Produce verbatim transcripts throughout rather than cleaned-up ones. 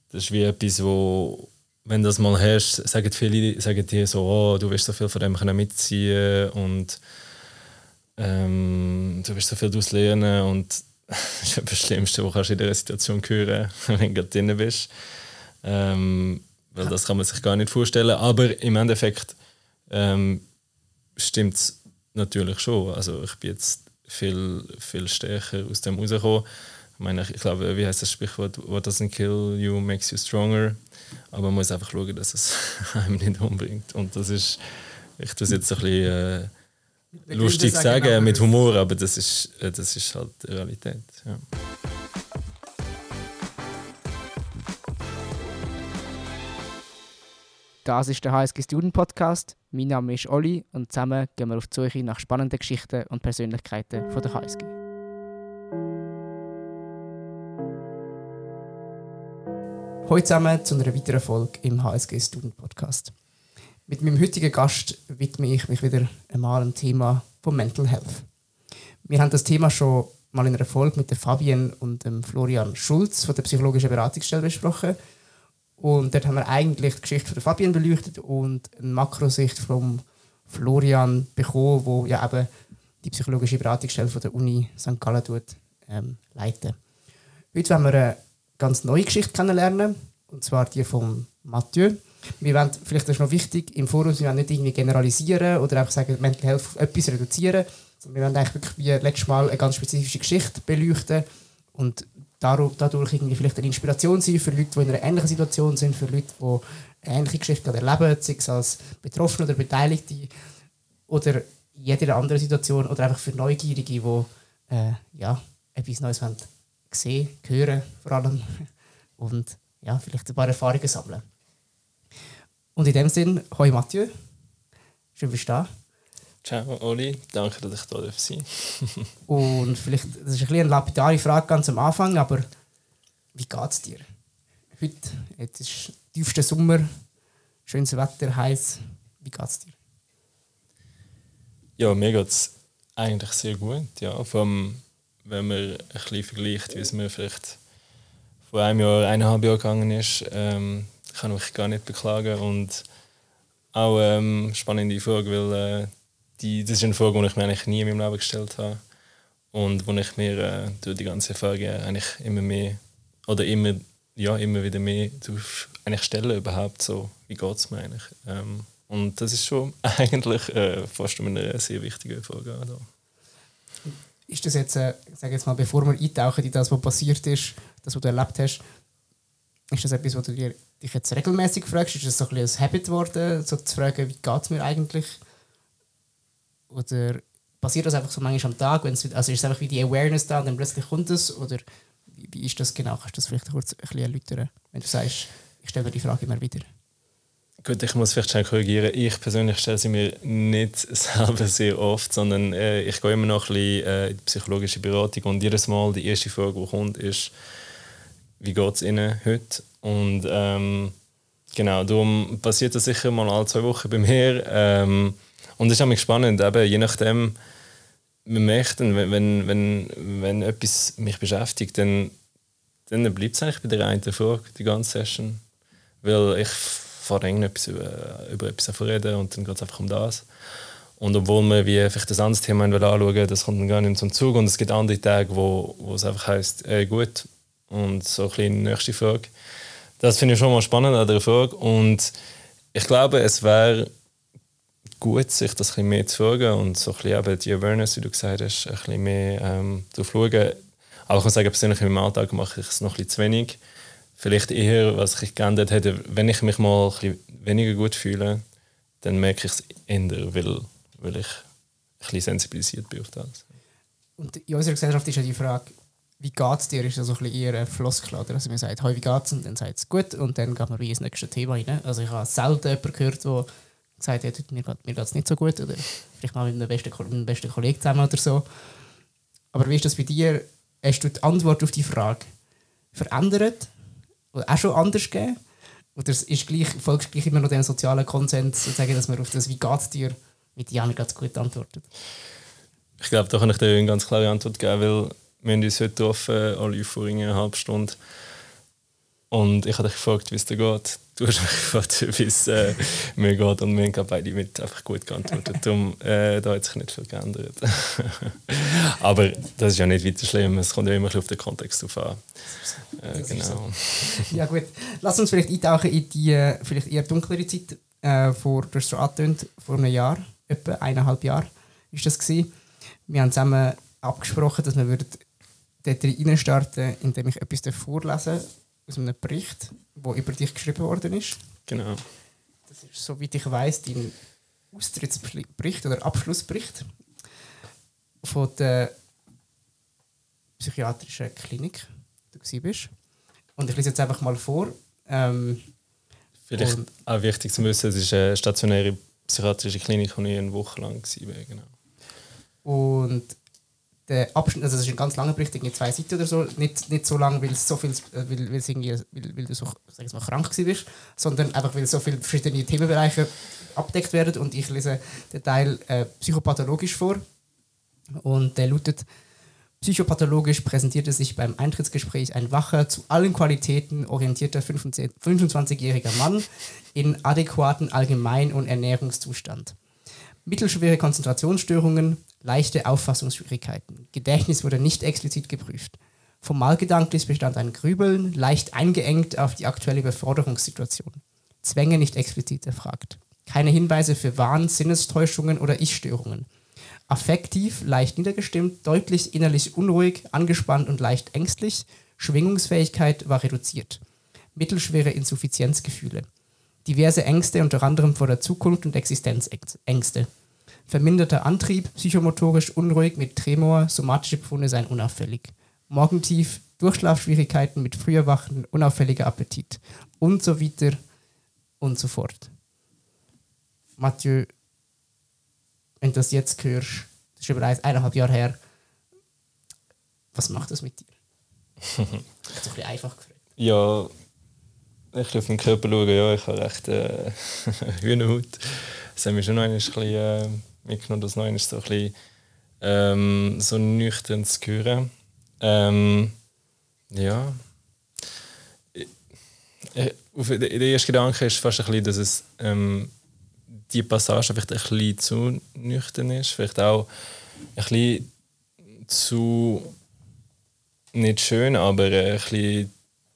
Das ist wie etwas, wo, wenn du das mal hast, sagen viele sagen dir so, oh, du wirst so viel von dem können mitziehen und ähm, du wirst so viel daraus lernen und das ist das Schlimmste, was du in dieser Situation hören kannst, wenn du drin bist. Ähm, weil das kann man sich gar nicht vorstellen. Aber im Endeffekt ähm, stimmt es natürlich schon. Also ich bin jetzt viel, viel stärker aus dem rausgekommen. Ich meine, ich glaube, wie heißt das Sprichwort? What doesn't kill you makes you stronger. Aber man muss einfach schauen, dass es einem nicht umbringt. Und das ist, ich tue es jetzt ein bisschen äh, lustig sagen, sagen mit Humor, aber das ist, das ist halt die Realität. Ja. Das ist der H S G Student Podcast. Mein Name ist Olli und zusammen gehen wir auf die Suche nach spannenden Geschichten und Persönlichkeiten von der H S G. Hallo zusammen zu einer weiteren Folge im H S G Student Podcast. Mit meinem heutigen Gast widme ich mich wieder einmal dem Thema von Mental Health. Wir haben das Thema schon mal in einer Folge mit der Fabienne und dem Florian Schulz von der psychologischen Beratungsstelle besprochen. Und dort haben wir eigentlich die Geschichte von der Fabienne beleuchtet und eine Makrosicht vom Florian bekommen, wo ja eben die psychologische Beratungsstelle von der Uni Sankt Gallen tut, ähm, leiten. Heute wollen wir eine ganz neue Geschichte kennenlernen, und zwar die von Mathieu. Wir wollen, vielleicht das ist noch wichtig, im Voraus, wir wollen nicht irgendwie generalisieren oder einfach sagen, Mental Health auf etwas reduzieren, sondern wir wollen eigentlich wirklich wie letztes Mal eine ganz spezifische Geschichte beleuchten und dadurch irgendwie vielleicht eine Inspiration sein für Leute, die in einer ähnlichen Situation sind, für Leute, die eine ähnliche Geschichte erleben, sei es als Betroffene oder Beteiligte oder in jeder anderen Situation oder einfach für Neugierige, die äh, ja, etwas Neues wollen sehen, hören vor allem und ja, vielleicht ein paar Erfahrungen sammeln. Und in dem Sinn, hoi Mathieu, schön bist du da. Ciao Oli, danke, dass ich da sein darf. Und vielleicht, das ist ein bisschen eine lapidare Frage ganz am Anfang, aber wie geht es dir? Heute, jetzt ist tiefster Sommer, schönes Wetter, heiß. Wie geht es dir? Ja, mir geht es eigentlich sehr gut. Ja. Vom, wenn man ein bisschen vergleicht, wie es mir vielleicht vor einem Jahr, eineinhalb Jahren gegangen ist, ähm, kann ich mich gar nicht beklagen. Und auch ähm, spannende Frage, weil äh, die, das ist eine Frage, die ich mir eigentlich nie in meinem Leben gestellt habe. Und wo ich mir äh, durch die ganze Frage eigentlich immer mehr oder immer, ja, immer wieder mehr eigentlich stelle überhaupt so, wie geht es mir eigentlich. Ähm, und das ist schon eigentlich äh, fast eine sehr wichtige Frage. Da. Ist das jetzt, äh, sag jetzt mal, bevor wir eintauchen in das, was passiert ist, das, was du erlebt hast, ist das etwas, was du dir, dich jetzt regelmäßig fragst? Ist das so ein bisschen ein Habit geworden, so zu fragen, wie geht es mir eigentlich? Oder passiert das einfach so manchmal am Tag? Wenn's, also ist es einfach wie die Awareness da und dann plötzlich kommt es? Oder wie, wie ist das genau? Kannst du das vielleicht kurz ein bisschen erläutern? Wenn du sagst, ich stelle mir die Frage immer wieder. Gut, ich muss vielleicht schnell korrigieren. Ich persönlich stelle sie mir nicht selber sehr oft, sondern äh, ich gehe immer noch ein bisschen äh, in die psychologische Beratung und jedes Mal die erste Frage, die kommt, ist, wie geht es Ihnen heute? Und ähm, genau, darum passiert das sicher mal alle zwei Wochen bei mir. Ähm, und das ist auch spannend, eben, je nachdem, man merkt, wenn, wenn, wenn, wenn etwas mich beschäftigt, dann, dann bleibt es eigentlich bei der einen Frage, die ganze Session. Weil ich fahre irgendetwas über, über etwas zu reden und dann geht es einfach um das. Und obwohl wir wie vielleicht ein anderes Thema anschauen, das kommt dann gar nicht zum Zug. Und es gibt andere Tage, wo, wo es einfach heisst, ey, gut, und so ein bisschen die nächste Frage. Das finde ich schon mal spannend an der Frage. Und ich glaube, es wäre gut, sich das ein bisschen mehr zu fragen und so ein bisschen eben die Awareness, wie du gesagt hast, ein bisschen mehr ähm, darauf schauen. Aber ich muss sagen, persönlich in meinem Alltag mache ich es noch ein bisschen zu wenig. Vielleicht eher, was ich geändert hätte, wenn ich mich mal ein bisschen weniger gut fühle, dann merke ich es eher, weil, weil ich ein bisschen sensibilisiert bin auf das. Und in unserer Gesellschaft ist ja die Frage, wie geht es dir, ist ja so ein bisschen eher ein Floskel, oder? Also man sagt, hey, wie geht's? Und dann sagt es gut und dann geht man wie ins nächste Thema rein. Also ich habe selten jemanden gehört, der gesagt hat, mir geht es nicht so gut oder vielleicht mal mit einem besten, mit einem besten Kollegen zusammen oder so. Aber wie ist das bei dir? Hast du die Antwort auf die Frage verändert oder auch schon anders gegeben? Oder ist gleich, folgst du gleich immer noch dem sozialen Konsens, sozusagen, dass man auf das «Wie geht es dir?» mit «Ja, mir geht es gut» antwortet? Ich glaube, da kann ich dir eine ganz klare Antwort geben, weil wir haben uns heute getroffen, alle vor einer halben Stunde. Und ich habe dich gefragt, wie es dir geht. Du hast mich gefragt, wie es äh, mir geht. Und wir haben beide mit einfach gut geantwortet. Darum, äh, da hat sich nicht viel geändert. Aber das ist ja nicht weiter schlimm. Es kommt ja immer auf den Kontext drauf an. Äh, genau. Ja gut, lass uns vielleicht eintauchen in die äh, vielleicht eher dunklere Zeit. Äh, vor, du hast so angetönt, vor einem Jahr, etwa eineinhalb Jahr ist das gewesen. Wir haben zusammen abgesprochen, dass wir würden dort reinstarten, indem ich etwas vorlesen aus einem Bericht, der über dich geschrieben worden ist. Genau. Das ist, soweit ich weiss, dein Austrittsbericht oder Abschlussbericht von der psychiatrischen Klinik, wo du bist. Und ich lese jetzt einfach mal vor. Ähm, Vielleicht auch wichtig zu wissen, es ist eine stationäre psychiatrische Klinik, wo ich eine Woche lang war. Genau. Und der Abschnitt, also das ist ein ganz langer Bericht, irgendwie zwei Seiten oder so, nicht, nicht so lang, weil es so viel, weil, weil, irgendwie, weil, weil du so sag ich mal, krank warst, sondern einfach, weil so viele verschiedene Themenbereiche abdeckt werden. Und ich lese den Teil äh, psychopathologisch vor. Und der lautet: Psychopathologisch präsentierte sich beim Eintrittsgespräch ein wacher, zu allen Qualitäten orientierter fünfundzwanzigjähriger Mann in adäquaten Allgemein- und Ernährungszustand. Mittelschwere Konzentrationsstörungen, leichte Auffassungsschwierigkeiten. Gedächtnis wurde nicht explizit geprüft. Formalgedanklich bestand ein Grübeln, leicht eingeengt auf die aktuelle Überforderungssituation. Zwänge nicht explizit erfragt. Keine Hinweise für Wahn, Sinnestäuschungen oder Ich-Störungen. Affektiv, leicht niedergestimmt, deutlich innerlich unruhig, angespannt und leicht ängstlich. Schwingungsfähigkeit war reduziert. Mittelschwere Insuffizienzgefühle. Diverse Ängste, unter anderem vor der Zukunft und Existenzängste. Verminderter Antrieb, psychomotorisch unruhig mit Tremor, somatische Befunde seien unauffällig. Morgentief, Durchschlafschwierigkeiten mit früher Wachen, unauffälliger Appetit und so weiter und so fort. Mathieu, wenn du das jetzt hörst, das ist bereits eineinhalb Jahre her, was macht das mit dir? Ich habe es ein bisschen einfach gefragt. Ja, ich auf meinen Körper schauen, ja, ich habe recht äh, Hühnerhaut. Das hat mich schon noch ein bisschen äh, mitgenommen, das noch ein so ein bisschen ähm, so nüchtern zu hören. Ähm, ja. Ich, ich, der erste Gedanke ist fast ein bisschen, dass es ähm, die Passage vielleicht ein bisschen zu nüchtern ist, vielleicht auch ein bisschen zu nicht schön, aber ein bisschen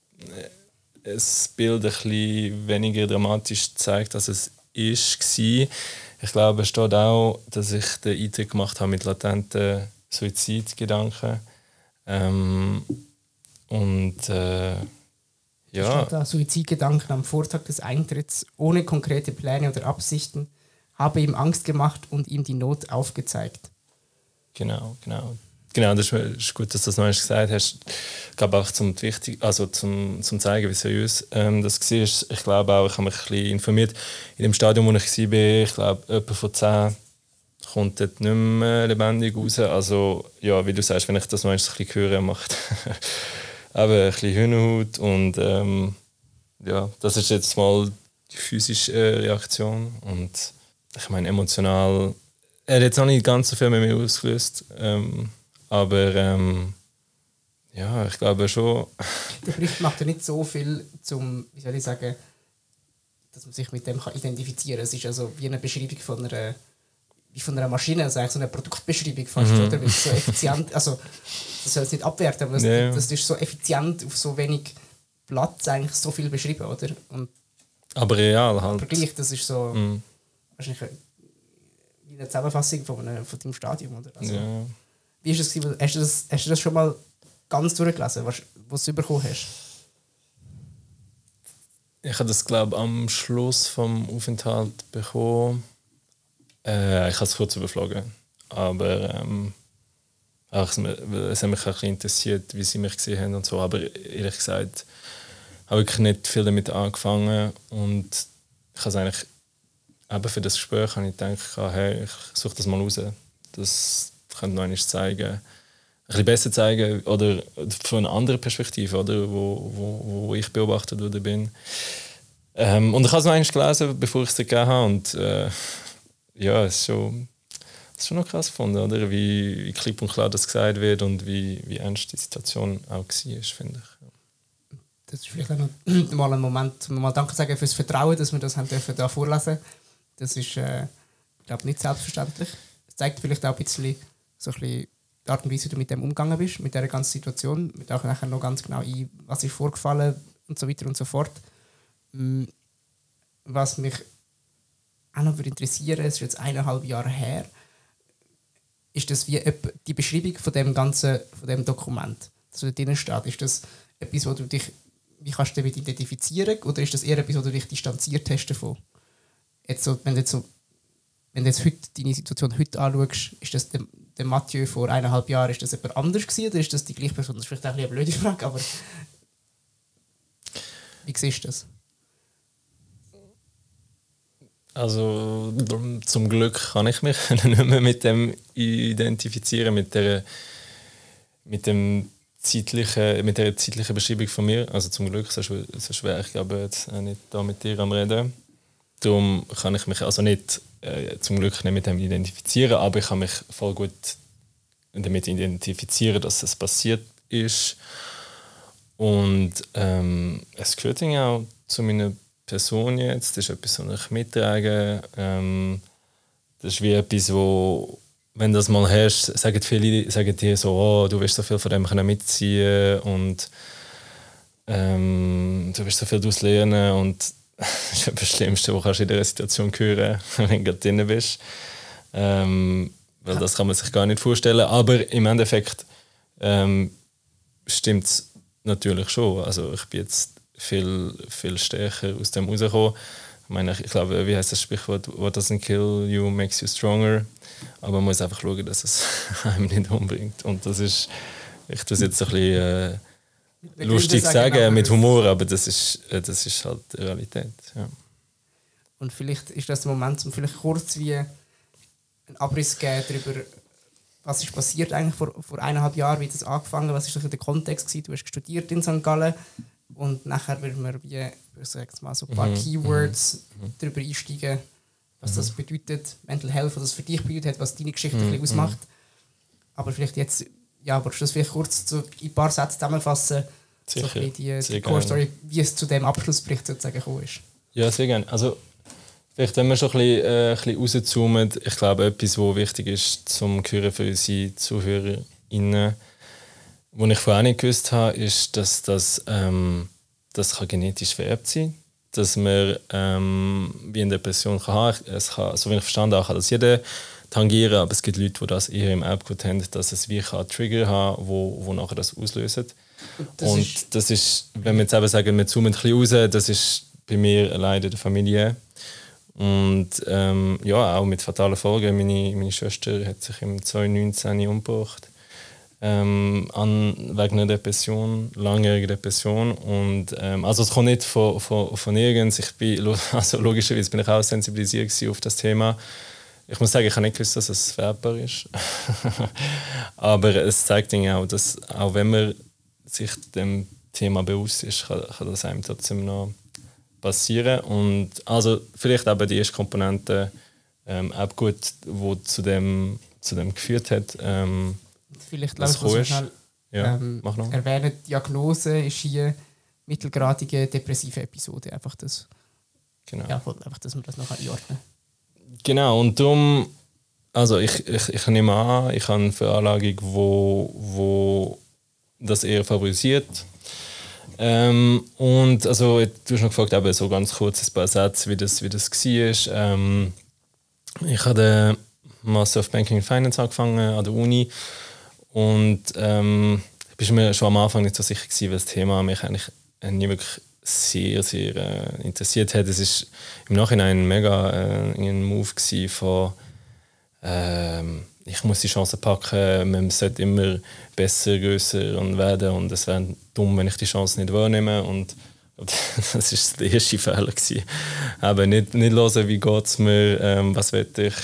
das Bild ein bisschen weniger dramatisch zeigt, als es war. Ich glaube, es steht auch, dass ich den Eintritt gemacht habe mit latenten Suizidgedanken. Ähm, und äh, ja. Da Suizidgedanken am Vortag des Eintritts, ohne konkrete Pläne oder Absichten, habe ihm Angst gemacht und ihm die Not aufgezeigt. Genau, genau. Genau, das ist gut, dass du das noch gesagt hast. Ich glaube auch zum, wichtig, also zum, zum zeigen, wie seriös ähm, das war. Ich glaube auch, ich habe mich ein bisschen informiert. In dem Stadium, wo ich war, ich glaube, jemand von zehn kommt dort nicht mehr lebendig raus. Also, ja, wie du sagst, wenn ich das noch ein bisschen höre, macht aber ein bisschen Hühnerhaut. Und ähm, ja, das ist jetzt mal die physische äh, Reaktion. Und ich meine, emotional, er hat jetzt noch nicht ganz so viel mit mir ausgelöst. Ähm, Aber ähm, ja, ich glaube schon. Der Bericht macht ja nicht so viel, zum, wie soll ich sagen, dass man sich mit dem kann identifizieren kann. Es ist also wie eine Beschreibung von einer, wie von einer Maschine, also eigentlich so eine Produktbeschreibung fast, mhm. oder? Weil es so effizient, also das soll es nicht abwerten, aber das, yeah. das ist so effizient auf so wenig Platz eigentlich so viel beschrieben, oder? Und aber real halt. Vergleich, das ist so mhm. wahrscheinlich wie eine Zusammenfassung von, einem, von deinem Stadium, oder? Also, ja. Wie ist es, hast, du das, hast du das schon mal ganz durchgelesen, was, was du bekommen hast? Ich habe das, glaube ich, am Schluss vom Aufenthalt bekommen. Äh, ich habe es kurz überflogen. Aber ähm, auch, es hat mich ein bisschen interessiert, wie sie mich gesehen haben und so. Aber ehrlich gesagt habe ich nicht viel damit angefangen. Und ich habe es eigentlich eben für das Gespräch habe ich gedacht, hey, ich suche das mal raus. Das könnte noch einmal zeigen, ein bisschen besser zeigen oder von einer anderen Perspektive, oder, wo, wo, wo ich beobachtet worden bin. Ähm, und ich habe es noch einmal gelesen, bevor ich es dir gegeben habe. Und äh, ja, es ist schon, es ist schon noch krass gefunden, oder? Wie, wie klipp und klar das gesagt wird und wie, wie ernst die Situation auch war, finde ich. das ist vielleicht auch noch mal ein Moment, um mal Danke sagen für das Vertrauen, dass wir das haben dürfen, da vorlesen. Das ist, äh, ich glaube, nicht selbstverständlich. Es zeigt vielleicht auch ein bisschen, so ein bisschen die Art und Weise, wie du mit dem umgegangen bist, mit dieser ganzen Situation. Wir tauchen nachher noch ganz genau ein, was ist vorgefallen und so weiter und so fort. Was mich auch noch würde interessieren, es ist jetzt eineinhalb Jahre her, ist das wie die Beschreibung von dem ganzen, von dem Dokument, das da drin steht. Ist das etwas, wo du dich, wie kannst du damit identifizieren, oder ist das eher etwas, wo du dich distanziert hast davon? Jetzt so, wenn du jetzt, so, wenn du jetzt heute deine Situation heute anschaust, ist das der, der Mathieu vor eineinhalb Jahren, ist das jemand anders gewesen, oder ist das die gleiche Person? Das ist vielleicht auch eine blöde Frage, aber wie siehst du das? Also zum Glück kann ich mich nicht mehr mit dem identifizieren, mit der, mit dem zeitlichen, mit der zeitlichen Beschreibung von mir. Also zum Glück, sonst, sonst wäre ich glaube jetzt auch nicht da mit dir am Reden. Darum kann ich mich also nicht äh, zum Glück nicht mit dem identifizieren, aber ich kann mich voll gut damit identifizieren, dass es passiert ist. Und ähm, es gehört auch zu meiner Person jetzt, das ist etwas, was ich mittrage. Ähm, das ist wie etwas, wo, wenn du das mal hast, sagen viele sagen dir so, oh, du wirst so viel von dem können mitziehen und ähm, du wirst so viel daraus lernen und das ist das Schlimmste, was du in dieser Situation hören kannst, wenn du drin bist. Ähm, weil das kann man sich gar nicht vorstellen. Aber im Endeffekt ähm, stimmt es natürlich schon. Also ich bin jetzt viel, viel stärker aus dem rausgekommen. Ich meine, ich glaube, wie heißt das Sprichwort? What doesn't kill you makes you stronger. Aber man muss einfach schauen, dass es einem nicht umbringt. Und das ist, ich tue es jetzt ein bisschen äh, lustig sagen, sagen mit Humor, aber das ist, äh, das ist halt die Realität. Ja. Und vielleicht ist das der Moment, um vielleicht kurz wie einen Abriss zu geben darüber, was ist passiert eigentlich vor, vor eineinhalb Jahren, wie das angefangen, was war der Kontext gewesen? Du hast studiert in Sankt Gallen. Und nachher werden wir wie, ich sage mal, so ein paar mhm. Keywords mhm. darüber einsteigen, was mhm. das bedeutet, Mental Health, was das für dich bedeutet, was deine Geschichte mhm. ein bisschen ausmacht. Aber vielleicht jetzt, ja, willst du das vielleicht kurz so in ein paar Sätze zusammenfassen, Sicher, so ein die, die Core-Story, wie es zu dem Abschlussbericht sozusagen gekommen ist? Ja, sehr gerne. Also, vielleicht, wenn wir schon ein bisschen, äh, ein bisschen rauszoomen, ich glaube, etwas, was wichtig ist zum Hören für unsere ZuhörerInnen, was ich vorher nicht gewusst habe, ist, dass das, ähm, das kann genetisch vererbt sein kann. Dass man ähm, wie eine Depression kann haben. Es kann, so wie ich verstanden habe, kann das jeder tangieren, aber es gibt Leute, die das eher im Erbgut haben, dass es wie kann Trigger haben, wo, wo nachher das auslösen. Das Und ist das ist, wenn wir jetzt eben sagen, wir zoomen ein bisschen raus, das ist bei mir leider der Familie. Und ähm, ja, auch mit fatalen Folgen. Meine, meine Schwester hat sich im zweitausendneunzehn umgebracht. Ähm, an, wegen einer Depression, langjähriger Depression. Und, ähm, also es kommt nicht von, von, von nirgends. Ich bin, also logischerweise bin ich auch sensibilisiert auf das Thema. Ich muss sagen, ich habe nicht gewusst, dass es vererbbar ist. Aber es zeigt Ihnen auch, dass auch wenn man sich dem Thema bewusst ist, kann, kann das einem trotzdem noch passieren. Und also vielleicht eben die erste Komponente, ähm, Erbgut, die zu dem, zu dem geführt hat. Ähm, Vielleicht lass ich so schnell ja, ähm, erwähnen, die Diagnose ist hier mittelgradige depressive Episode. Einfach das, genau. Ja, einfach, dass man das noch einordnen kann. Genau, und darum, also ich, ich, ich nehme an, ich habe eine Veranlagung, wo, wo das eher favorisiert. Ähm, und also, du hast noch gefragt, eben so ganz kurz ein paar Sätze, wie das, wie das war. Ähm, ich habe Master of Banking and Finance angefangen an der Uni. Und ähm, ich war mir schon am Anfang nicht so sicher gewesen, weil das Thema mich eigentlich nie wirklich sehr, sehr äh, interessiert hat. Es war im Nachhinein mega äh, ein Move gewesen von äh, ich muss die Chance packen, man sollte immer besser, grösser und werden und es wäre dumm, wenn ich die Chance nicht wahrnehme. Und das war der erste Fehler gewesen. Aber nicht, nicht hören, wie geht es mir, ähm, was will ich.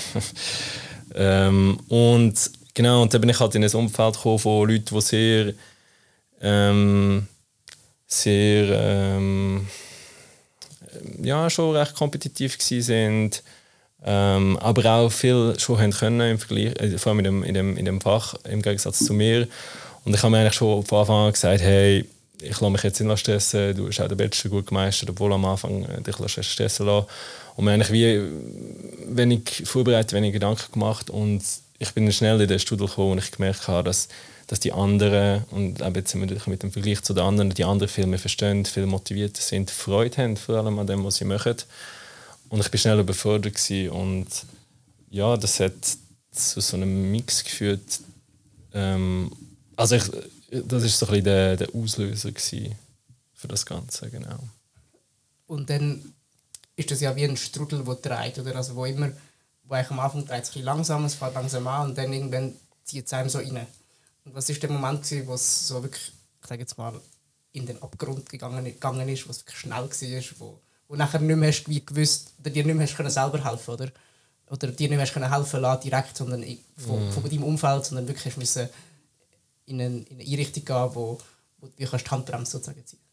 ähm, und Genau, und dann bin ich halt in ein Umfeld gekommen von Leuten, die sehr, ähm, sehr, ähm, ja, schon recht kompetitiv waren, ähm, aber auch viel schon haben können im Vergleich, äh, vor allem in dem, in, dem, in dem Fach, im Gegensatz zu mir. Und ich habe mir eigentlich schon von Anfang an gesagt, hey, ich lasse mich jetzt nicht stressen, du hast auch den Bachelor gut gemeistert, obwohl am Anfang äh, dich stressen lassen. Und mir eigentlich wie wenig vorbereitet, wenig Gedanken gemacht und ich bin schnell in den Studio gekommen und ich gemerkt habe, dass, dass die anderen, und eben jetzt sind wir mit dem Vergleich zu den anderen, die anderen viel mehr verstehen, viel motivierter sind, Freude haben vor allem an dem, was sie machen. Und ich war schnell überfordert gewesen und ja, das hat zu so einem Mix geführt. Ähm, also ich, das war so ein bisschen der, der Auslöser gewesen für das Ganze, genau. Und dann ist das ja wie ein Strudel, der dreht, oder? Also wo immer, wo eigentlich am Anfang dreht es ein bisschen langsam, es fährt langsam an und dann irgendwann zieht es einem so rein. Und was war der Moment gewesen, wo es so wirklich, ich sage jetzt mal, in den Abgrund gegangen, gegangen ist, wo es wirklich schnell war, wo, wo nachher nicht mehr hast, wie gewusst, oder dir nicht mehr hast können selber helfen, oder? Oder dir nicht mehr hast können helfen lassen, direkt, sondern von, mm. von deinem Umfeld, sondern wirklich hast müssen in eine, in eine Einrichtung gehen, wo, wo du die Handbremse sozusagen ziehen.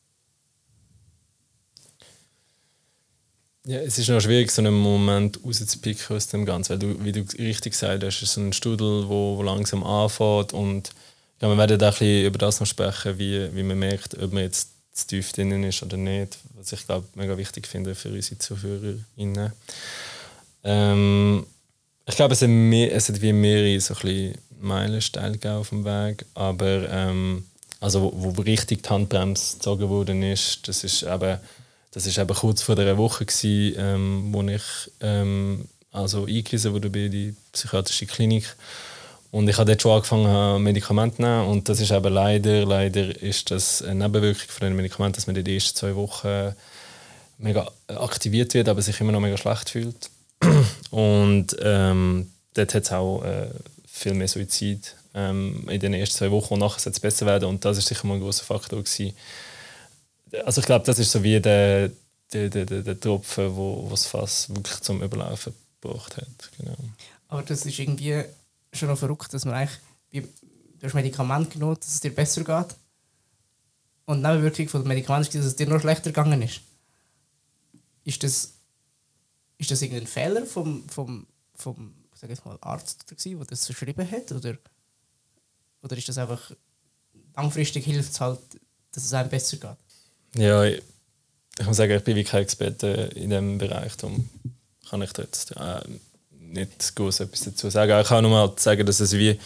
Ja, es ist noch schwierig, so einen Moment rauszupicken aus dem Ganzen, weil du, wie du richtig gesagt hast, es ist ein Studel, wo, wo langsam anfängt und ja, wir werden auch ein bisschen über das noch sprechen, wie, wie man merkt, ob man jetzt zu tief drin ist oder nicht, was ich glaube mega wichtig finde für unsere ZuhörerInnen. Ähm, ich glaube, es hat, mehr, es hat wie mehrere so ein bisschen Meilensteine gegeben auf dem Weg, aber ähm, also wo, wo richtig die Handbremse gezogen worden ist, das ist eben Das war eben kurz vor dieser Woche, gewesen, ähm, wo ich ähm, also eingewiesen wurde bei die psychiatrische Klinik. Und ich habe dort schon angefangen, Medikamente zu nehmen. Und das ist eben leider, leider ist das eine Nebenwirkung von den Medikamenten, dass man in den ersten zwei Wochen mega aktiviert wird, aber sich immer noch mega schlecht fühlt. Und ähm, dort hat es auch äh, viel mehr Suizid ähm, in den ersten zwei Wochen. Und nachher soll es besser werden. Und das war sicher mal ein grosser Faktor gewesen. Also ich glaube, das ist so wie der, der, der, der, der Tropfen, wo es fast wirklich zum Überlaufen gebracht hat. Genau. Aber das ist irgendwie schon noch verrückt, dass man eigentlich, wie, du hast Medikamente genommen, dass es dir besser geht. Und die Nebenwirkung von den Medikamenten ist, dass es dir noch schlechter gegangen ist. Ist das, ist das irgendein Fehler vom, vom, vom sag ich mal, Arzt, der das verschrieben hat? Oder, oder ist das einfach, langfristig hilft es halt, dass es einem besser geht? Ja, ich, ich muss sagen, ich bin wie kein Experte in diesem Bereich, darum kann ich da jetzt äh, nicht groß etwas dazu sagen. Ich kann nur mal sagen, dass es wie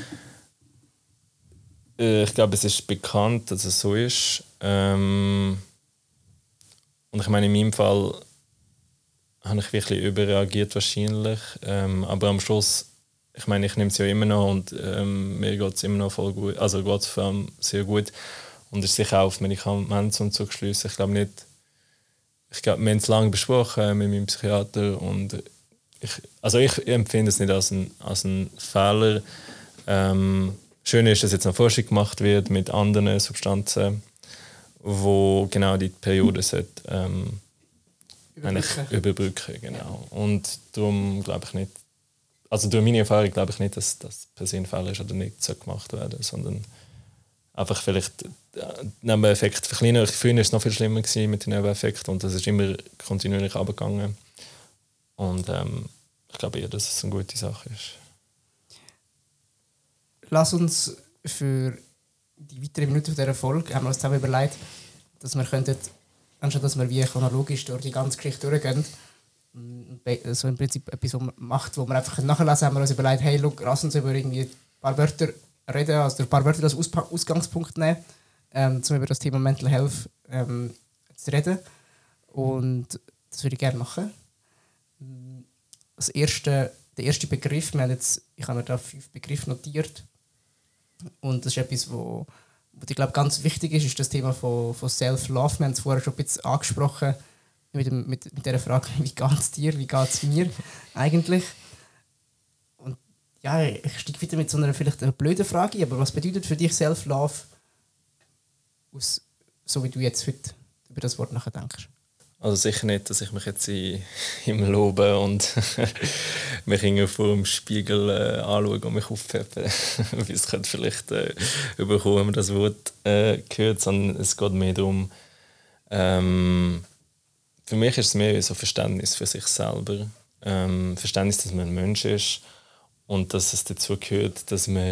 äh, ich glaube, es ist bekannt, dass es so ist. Ähm, und ich meine, in meinem Fall habe ich wirklich überreagiert wahrscheinlich, ähm, aber am Schluss, ich meine, ich nehme es ja immer noch und ähm, mir geht es immer noch voll gut, also geht es vor allem sehr gut. Und es ist sicher auch auf Medikamente und so geschlossen. Ich glaube nicht, ich glaube, wir haben es lange besprochen mit meinem Psychiater und ich, also ich empfinde es nicht als ein, als ein Fehler. Ähm, schön ist, dass jetzt noch Forschung gemacht wird mit anderen Substanzen, wo genau die Periode sollte, ähm, überbrücken. überbrücken genau. Und darum glaube ich nicht, also durch meine Erfahrung glaube ich nicht, dass das per se ein Fehler ist oder nicht so gemacht werden, sondern einfach vielleicht Nebeneffekte verkleinern. Früher war es noch viel schlimmer gewesen mit den Nebeneffekten und das ist immer kontinuierlich runtergegangen. Und ähm, ich glaube eher, dass es eine gute Sache ist. Lass uns für die weiteren Minuten dieser Folge haben wir uns zusammen überlegt, dass wir könnten, anstatt dass wir wie chronologisch durch die ganze Geschichte durchgehen, so im Prinzip etwas, was man macht, wo wir einfach nachlesen können, haben wir uns überlegt, hey, look, lass uns über irgendwie ein paar Wörter reden, also ein paar Wörter als Auspa- Ausgangspunkt nehmen, ähm, um über das Thema Mental Health ähm, zu reden. Und das würde ich gerne machen. Das erste, der erste Begriff, wir haben jetzt, ich habe mir da fünf Begriffe notiert. Und das ist etwas, wo, wo ich glaube, ganz wichtig ist, ist das Thema von, von Self-Love. Wir haben es vorher schon ein bisschen angesprochen mit, dem, mit, mit der Frage, wie geht es dir, wie geht es mir eigentlich? Und ja, ich steige wieder mit so einer vielleicht einer blöden Frage, aber was bedeutet für dich Self-Love, aus, so wie du jetzt heute über das Wort nachdenkst? Also sicher nicht, dass ich mich jetzt in, im Loben und mich irgendwie vor dem Spiegel äh, anschaue und mich aufpeppe. Wie es könnte vielleicht äh, überkommen, wenn man das Wort äh, hört, sondern es geht mehr darum, ähm, für mich ist es mehr so Verständnis für sich selber. Ähm, Verständnis, dass man ein Mensch ist und dass es dazu gehört, dass man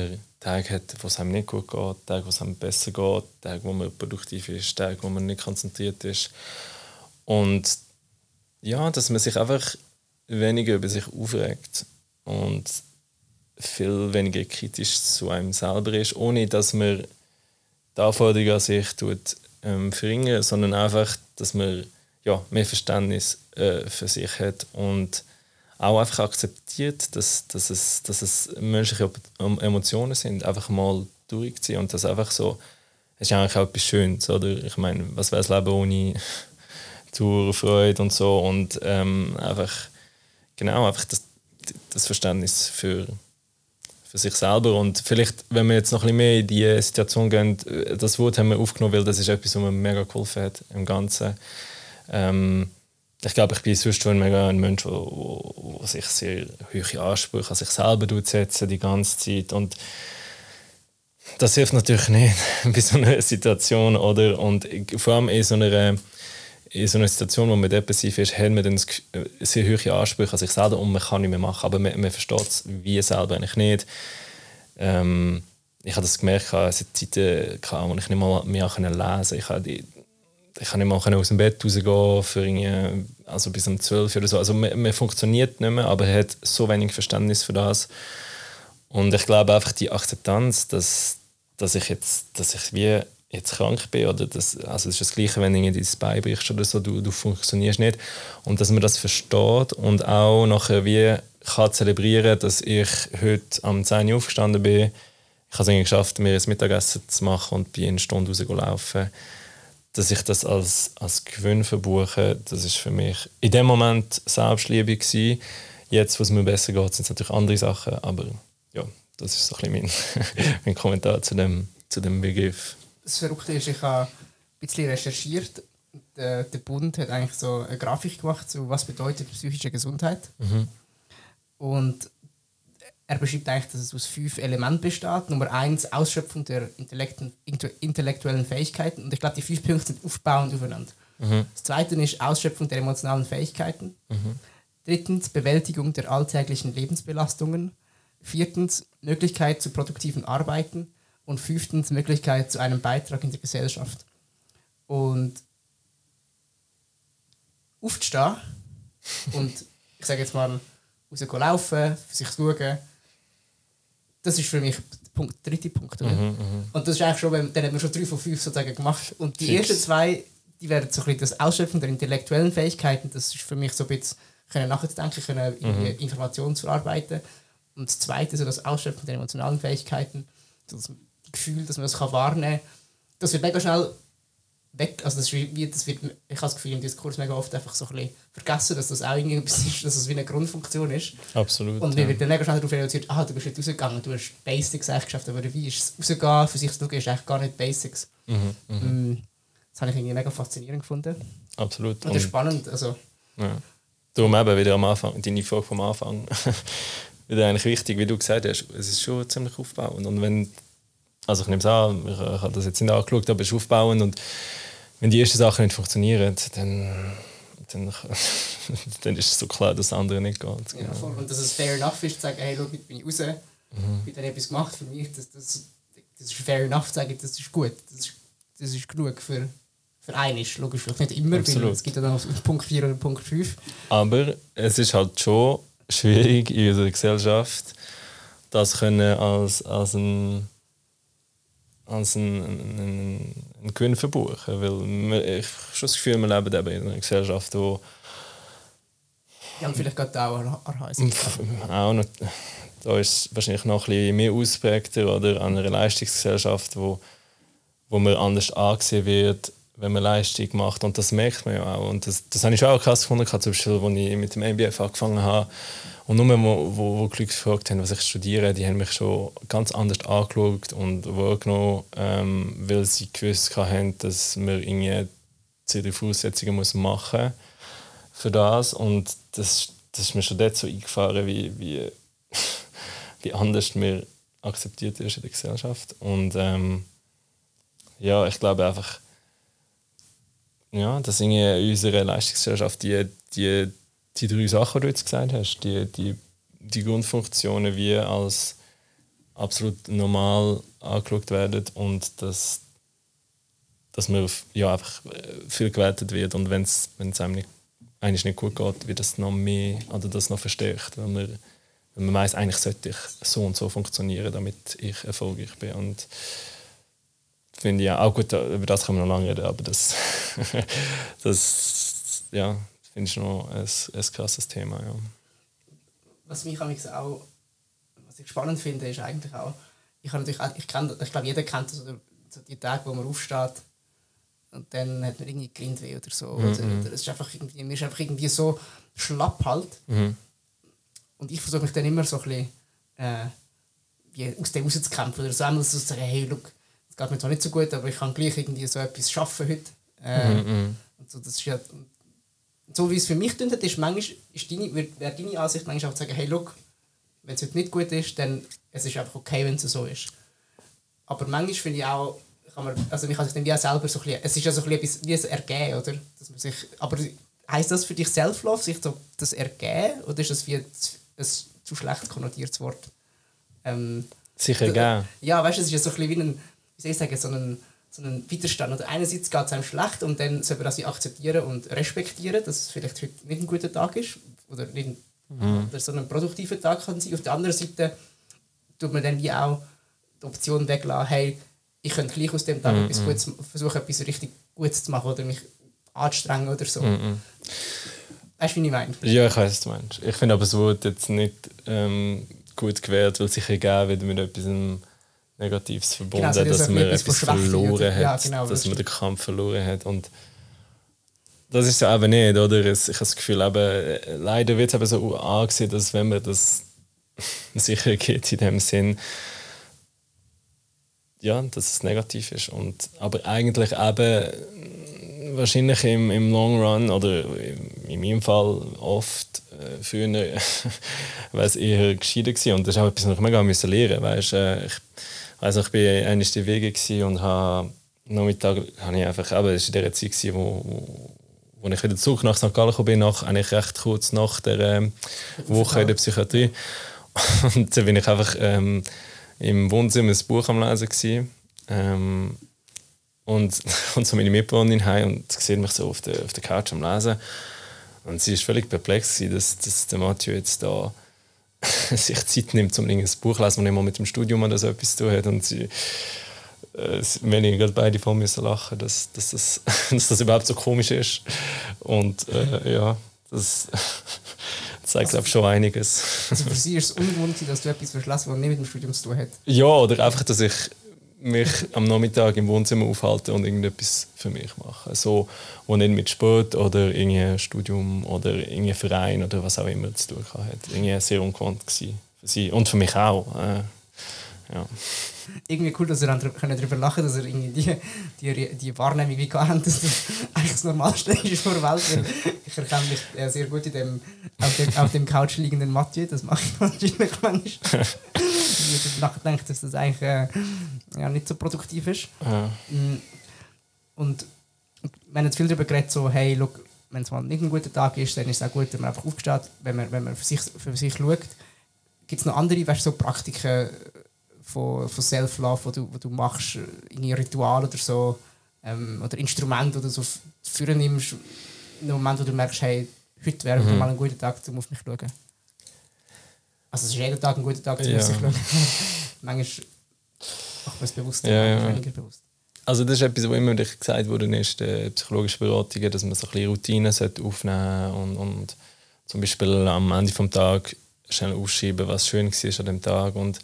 Tage hat, wo es einem nicht gut geht, Tage, wo es einem besser geht, Tage, wo man produktiv ist, Tage, wo man nicht konzentriert ist. Und ja, dass man sich einfach weniger über sich aufregt und viel weniger kritisch zu einem selber ist, ohne dass man die Anforderungen an sich tut, ähm, verringern, sondern einfach, dass man ja, mehr Verständnis äh, für sich hat und auch einfach akzeptiert, dass, dass, es, dass es menschliche Emotionen sind, einfach mal durchziehen und das einfach so, es ist eigentlich auch etwas Schönes, oder? Ich meine, was wäre das Leben ohne Tour, Freude und so und ähm, einfach, genau, einfach das, das Verständnis für, für sich selber und vielleicht, wenn wir jetzt noch ein bisschen mehr in die Situation gehen, das Wort haben wir aufgenommen, weil das ist etwas, was mir mega geholfen hat im Ganzen. Ähm, ich glaube, ich bin sonst schon mega ein Mensch, der sich sehr hohe Ansprüche an sich selber setzt die ganze Zeit und das hilft natürlich nicht bei so einer Situation, oder? Und vor allem in so einer, in so einer Situation, wo man depressiv ist, hat man dann sehr hohe Ansprüche an sich selber und man kann nicht mehr machen, aber man, man versteht es wie selber eigentlich nicht. Ähm, ich habe das gemerkt, es hatte Zeiten, wo ich nicht mal mehr lesen konnte. Ich habe die Ich kann nicht mal aus dem Bett rausgehen für irgendwie, also bis um zwölf oder so. Also man, man funktioniert nicht mehr, aber er hat so wenig Verständnis für das. Und ich glaube einfach die Akzeptanz, dass, dass ich jetzt, dass ich wie jetzt krank bin oder das, also es ist das Gleiche, wenn du dein Bein brichst oder so, du, du funktionierst nicht. Und dass man das versteht und auch nachher wie kann zelebrieren, dass ich heute am zehn Uhr aufgestanden bin. Ich habe es geschafft, mir ein Mittagessen zu machen und bin eine Stunde rauslaufen. Dass ich das als, als Gewinn verbuche, das ist für mich in dem Moment Selbstliebe gewesen. Jetzt, wo es mir besser geht, sind es natürlich andere Sachen, aber ja, das ist so ein bisschen mein, mein Kommentar zu dem, zu dem Begriff. Das Verrückte ist, ich habe ein bisschen recherchiert. Der, der Bund hat eigentlich so eine Grafik gemacht, so was bedeutet psychische Gesundheit. Mhm. Und er beschreibt eigentlich, dass es aus fünf Elementen besteht. Nummer eins, Ausschöpfung der intellektuellen Fähigkeiten. Und ich glaube, die fünf Punkte sind aufbauend aufeinander. Mhm. Das zweite ist Ausschöpfung der emotionalen Fähigkeiten. Mhm. Drittens, Bewältigung der alltäglichen Lebensbelastungen. Viertens, Möglichkeit zu produktiven Arbeiten. Und fünftens, Möglichkeit zu einem Beitrag in der Gesellschaft. Und aufzustehen und, ich sage jetzt mal, rausgehen laufen, für sich zu schauen, das ist für mich der, Punkt, der dritte Punkt. Oder? Mhm, mh. Und das ist eigentlich schon, dann haben wir schon drei von fünf sozusagen gemacht. Und die Fix. ersten zwei, die werden so ein bisschen das Ausschöpfen der intellektuellen Fähigkeiten, das ist für mich so ein bisschen können nachdenken, können mhm. Informationen zu verarbeiten. Und das zweite, so das Ausschöpfen der emotionalen Fähigkeiten, so das Gefühl, dass man das wahrnehmen kann, das wird mega schnell weg. Also das ist wie, das wird, ich habe das Gefühl, im Diskurs mega oft einfach so ein bisschen vergessen, dass das auch irgendwas ist, dass das wie eine Grundfunktion ist. Absolut. Und wir wird dann mega schnell darauf reduziert, ah, du bist nicht rausgegangen, du hast Basics eigentlich geschafft, aber wie ist es rausgehen, für sich zu schauen, ist eigentlich gar nicht Basics. Mhm, mhm. Das habe ich irgendwie mega faszinierend gefunden. Absolut. Und das ist spannend. Also. Ja. Darum eben wieder am Anfang, deine Frage vom Anfang, wieder eigentlich wichtig, wie du gesagt hast, es ist schon ziemlich aufbauend. Und wenn, also ich nehme es an, ich, ich habe das jetzt nicht angeschaut, aber es ist aufbauend und wenn die ersten Sachen nicht funktionieren, dann, dann, dann ist es so klar, dass das andere nicht geht. Genau. Ja, voll. Und dass es fair enough ist, zu sagen, hey, schau, jetzt bin ich raus, mhm. ich habe etwas gemacht für mich, das, das, das ist fair enough zu sagen, das ist gut, das ist, das ist genug für, für einen. Ist logisch, vielleicht nicht immer, weil es gibt ja dann noch Punkt vier oder Punkt fünf. Aber es ist halt schon schwierig in unserer Gesellschaft, das können als, als ein als einen, einen, einen Gewinn verbuchen. Weil wir, ich habe schon das Gefühl, wir leben eben in einer Gesellschaft, wo... Ja, und vielleicht geht auch an H S. Auch noch, da ist es wahrscheinlich noch ein bisschen mehr ausprägter, oder? An einer Leistungsgesellschaft, wo, wo man anders angesehen wird, wenn man Leistung macht. Und das merkt man ja auch. Und das, das habe ich schon auch krass gefunden, zum Beispiel, als ich mit dem M B F angefangen habe. Und nur, wo, wo, wo die Leute gefragt haben, was ich studiere, die haben mich schon ganz anders angeschaut und wahrgenommen, ähm, weil sie gewusst haben, dass man irgendwie die Voraussetzungen muss machen für das. Und das, das ist mir schon dort so eingefahren, wie, wie, wie anders man akzeptiert ist in der Gesellschaft. Und ähm, ja, ich glaube einfach, ja, dass in unserer Leistungsgesellschaft die, die die drei Sachen, die du jetzt gesagt hast, die, die, die Grundfunktionen wie als absolut normal angeschaut werden und dass, dass man ja, einfach viel gewertet wird und wenn es einem nicht, eigentlich nicht gut geht, wird das noch mehr oder das noch verstärkt, weil man, weil man weiss, eigentlich sollte ich so und so funktionieren, damit ich erfolgreich bin. Und finde ich ja auch gut, über das kann man noch lange reden, aber das, das ja, finde ich noch ein, ein krasses Thema. Ja. Was mich auch, was ich spannend finde, ist eigentlich auch, ich, habe natürlich auch, ich, kenn, ich glaube, jeder kennt so, so die Tage, wo man aufsteht und dann hat man irgendwie Grindweh oder so. Mhm. Oder, oder es ist einfach irgendwie, mir ist einfach irgendwie so schlapp halt. Mhm. Und ich versuche mich dann immer so ein bisschen äh, wie aus dem rauszukämpfen oder so einmal so zu sagen, hey, look, es geht mir zwar nicht so gut, aber ich kann gleich irgendwie so etwas schaffen heute. Äh, mhm. Und so, das ist ja, so wie es für mich klingt, ist manchmal ist deine, wäre deine Ansicht manchmal auch zu sagen, hey, look, wenn es heute nicht gut ist, dann es ist einfach okay, wenn es so ist. Aber manchmal finde ich auch, kann man, also man kann sich dann wie auch selber so ein bisschen, es ist ja so ein bisschen wie ein Ergehen, oder? Dass man sich, aber heisst das für dich Self-Love, sich so das Ergehen, oder ist das wie ein, ein zu schlecht konnotiertes Wort? Ähm, sich ergehen? Ja, weißt du, es ist ja so ein bisschen wie ein, wie soll ich sagen, so ein, so ein Widerstand. Oder einerseits geht es einem schlecht und dann soll man das akzeptieren und respektieren, dass es vielleicht heute nicht ein guter Tag ist oder, nicht ein, mhm. oder so ein produktiver Tag kann sein. Auf der anderen Seite tut man dann wie auch die Option weglassen, hey, ich könnte gleich aus dem Tag mm, etwas mm. Gutes, versuchen, etwas richtig Gutes zu machen oder mich anzustrengen oder so. Mm, weißt du, wie ich meine? Ja, ich weiss, was du meinst. Ich finde aber, es wurde jetzt nicht ähm, gut gewährt, weil sich ergeben wird mit etwas Negatives verbunden, genau, dass man etwas, etwas verloren hat, ja, genau, dass man den Kampf verloren hat. Und das ist ja eben nicht, oder? Ich habe das Gefühl, eben, leider wird es eben so angesehen, dass wenn man das sicher geht in dem Sinn, ja, dass es negativ ist. Und, aber eigentlich eben wahrscheinlich im, im Long Run oder in meinem Fall oft äh, früher wäre es eher gescheiter gewesen. Und das ist auch etwas, was ich mega müssen lernen musste. Äh, ich weiss noch, ich war einmal in Wege und habe am Nachmittag habe ich einfach, eben, das war in der Zeit, gewesen, wo, wo, wo ich wieder zurück nach Sankt Gallen gekommen bin, nach, eigentlich recht kurz nach der äh, Woche in der Psychiatrie. Und dann bin ich einfach ähm, im Wohnzimmer ein Buch am Lesen gewesen. Ähm, und kommt so meine Mitbewohnerin heim und sieht mich so auf der, auf der Couch am Lesen. Und sie war völlig perplex, dass, dass der Mathieu jetzt da sich Zeit nimmt, um ein Buch zu lesen, das nicht mal mit dem Studium oder so etwas zu tun hat. Und sie, äh, wenn ich gerade beide vor müssen lachen, dass, dass, das, dass das überhaupt so komisch ist. Und äh, ja, das zeigt, glaube ich, schon einiges. Also für sie ist es ungewohnt, dass du etwas verschläfst, was nicht mit dem Studium zu tun hat? Ja, oder einfach, dass ich mich am Nachmittag im Wohnzimmer aufhalte und irgendetwas für mich mache. So, wo nicht mit Sport oder irgendein Studium oder irgendein Verein oder was auch immer zu tun hat. Irgendwie sehr ungewohnt gewesen für sie. Und für mich auch. Äh, ja. Irgendwie cool, dass ihr darüber lachen könnt, dass ihr irgendwie die, die, die Wahrnehmung wie habt, dass das eigentlich das Normalste ist vor der Welt. Ich erkenne mich äh, sehr gut in dem, auf, dem, auf dem Couch liegenden Mathieu, das mache ich wahrscheinlich manchmal. Ich nachdenke, dass das eigentlich äh, ja, nicht so produktiv ist. Ja. Und wir haben jetzt viel darüber geredet, so, hey, look, wenn es mal nicht ein guter Tag ist, dann ist es auch gut, wenn man einfach aufsteht, wenn man, wenn man für, sich, für sich schaut. Gibt es noch andere, weißt, so Praktiken von, von Self-Love, die du, du machst, in Ritual oder so, ähm, oder Instrumente, die du so führen nimmst, in dem Moment, wo du merkst, hey, heute wäre mhm. mal ein guter Tag, um auf mich zu schauen? Also es ist jeden Tag ein guter Tag, um ja. auf sich zu schauen. Manchmal macht man es bewusst, ja, ja. weniger bewusst. Also das ist etwas, was immer gesagt wurde in der psychologischen Beratung, dass man so ein bisschen Routinen aufnehmen sollte und, und zum Beispiel am Ende des Tages schnell aufschreiben, was schön war an dem Tag. Und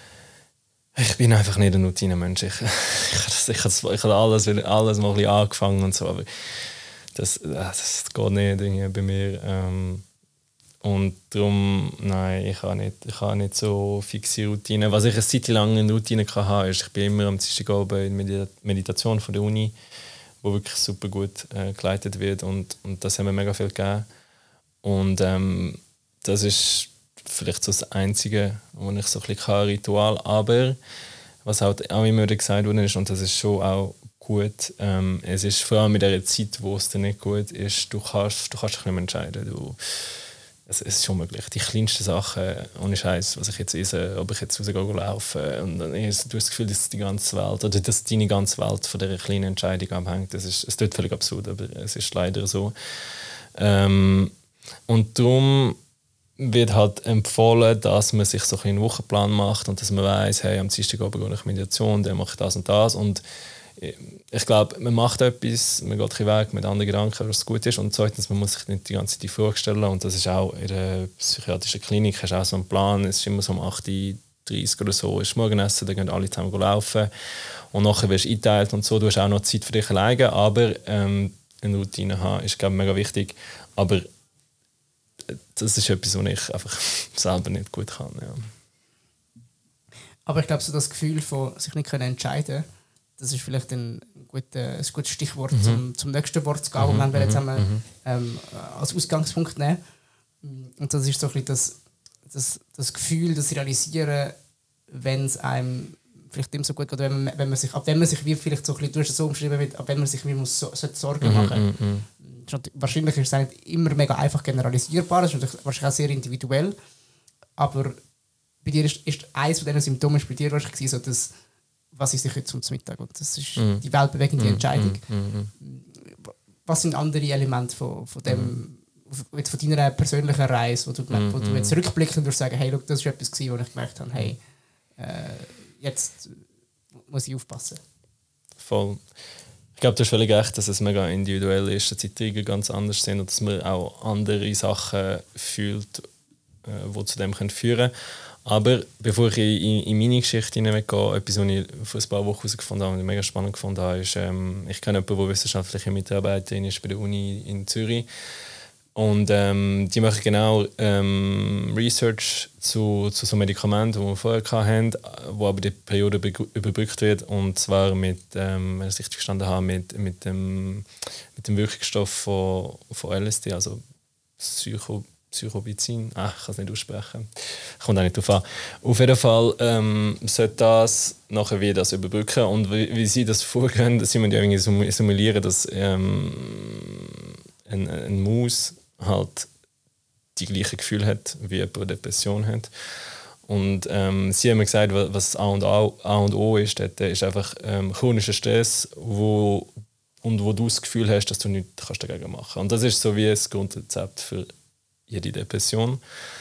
ich bin einfach nicht ein Routinenmensch. Ich, ich, ich, ich, ich habe alles, alles mal ein bisschen angefangen und so, aber das, das geht nicht irgendwie bei mir. Ähm, und darum, nein, ich habe nicht, ich habe nicht so fixe Routinen. Was ich eine Zeit lang eine Routine hatte, ist, ich bin immer am Dienstagabend in Medita- Meditation von der Uni, wo wirklich super gut äh, geleitet wird und, und das hat mir mega viel gegeben. Und ähm, das ist vielleicht so das Einzige, wo ich so ein bisschen Ritual kann. Aber was halt auch immer gesagt wurde, ist, und das ist schon auch gut, ähm, es ist vor allem in der Zeit, wo es dir nicht gut ist, du kannst, du kannst dich nicht mehr entscheiden. Du, es, es ist unmöglich. Die kleinsten Sachen, ohne Scheiß, was ich jetzt esse, ob ich jetzt rausgehe laufen und dann ist, du hast das Gefühl, dass die ganze Welt oder dass deine ganze Welt von dieser kleinen Entscheidung abhängt. Das ist, es tut völlig absurd, aber es ist leider so. Ähm, und darum wird halt empfohlen, dass man sich so einen Wochenplan macht und dass man weiss, hey, am Dienstagabend gehe ich Meditation, dann mache ich das und das und ich glaube, man macht etwas, man geht ein weg mit anderen Gedanken, was gut ist. Und zweitens, man muss sich nicht die ganze Zeit die Frage stellen. Und das ist auch in der psychiatrischen Klinik, hast du auch so einen Plan. Es ist immer so um acht Uhr dreißig oder so, ist Morgenessen, dann gehen alle zusammen laufen. Und nachher wirst du eingeteilt und so. Du hast auch noch Zeit für dich alleine. Aber ähm, eine Routine haben ist, glaube ich, mega wichtig. Aber das ist etwas, was ich einfach selber nicht gut kann. Ja. Aber ich glaube, so das Gefühl von sich nicht entscheiden können, das ist vielleicht ein, guter, ein gutes Stichwort, mhm. zum, zum nächsten Wort zu gehen, mhm. das wir jetzt einmal, mhm. ähm, als Ausgangspunkt nehmen. Und das ist so ein bisschen das, das, das Gefühl, das Realisieren, wenn es einem vielleicht immer so gut geht, wenn man, wenn man sich, ab wenn man sich wie vielleicht so ein bisschen, du hast es so umschrieben, mit, ab wenn man sich wie muss, so, Sorgen mhm. machen mhm. Wahrscheinlich ist es nicht immer mega einfach generalisierbar, es ist wahrscheinlich auch sehr individuell, aber bei dir ist, ist eines von diesen Symptomen ist bei dir wahrscheinlich so, dass was ist sich heute zum Mittag? Und das ist mm. die weltbewegende Entscheidung. Mm, mm, mm. Was sind andere Elemente von, von, dem, mm. von deiner persönlichen Reise, wo du, mm, wo du jetzt rückblickst und sagen, hey, look, das war etwas, wo ich gemerkt habe, hey, äh, jetzt muss ich aufpassen. Voll. Ich glaube, du hast völlig recht, dass es mega individuell ist, dass die Trigger ganz anders sind und dass man auch andere Sachen fühlt, äh, die zu dem führen können. Aber bevor ich in, in meine Geschichte hineingehe, etwas, was ich vor ein paar Wochen herausgefunden habe und ich mega spannend gefunden habe, ist, ähm, ich kenne jemanden, der wissenschaftliche Mitarbeiterin ist bei der Uni in Zürich. Und ähm, die machen genau ähm, Research zu, zu so Medikamenten, die wir vorher hatten, wo aber die Periode überbrückt wird. Und zwar mit, ähm, wenn ich es richtig verstanden habe, mit, mit, dem, mit dem Wirkstoff von, von L S D, also Psycho Psychobizin, ah, ich kann es nicht aussprechen, kommt auch nicht drauf an. Auf jeden Fall ähm, sollte das nachher wieder das überbrücken und wie, wie sie das vorgehen, dass sie ja irgendwie simulieren, dass ähm, ein, ein Maus halt die gleichen Gefühle hat, wie jemand eine Depression hat. Und ähm, sie haben mir gesagt, was A und, A, A und O ist, dort ist einfach ähm, chronischer Stress, wo, und wo du das Gefühl hast, dass du nichts dagegen machen kannst. Und das ist so wie das Grundrezept für jede Depression.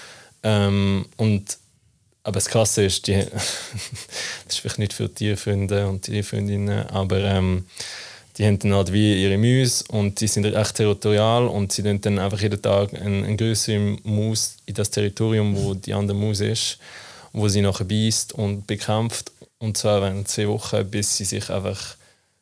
Ähm, und, aber das Krasse ist, die, das ist vielleicht nicht für Tierfreunde und Tierfreundinnen, aber ähm, die haben dann halt wie ihre Mäuse und die sind echt territorial und sie dann einfach jeden Tag eine, eine größere Maus in das Territorium, wo die andere Maus ist, wo sie nachher beißt und bekämpft. Und zwar während zwei Wochen, bis sie sich einfach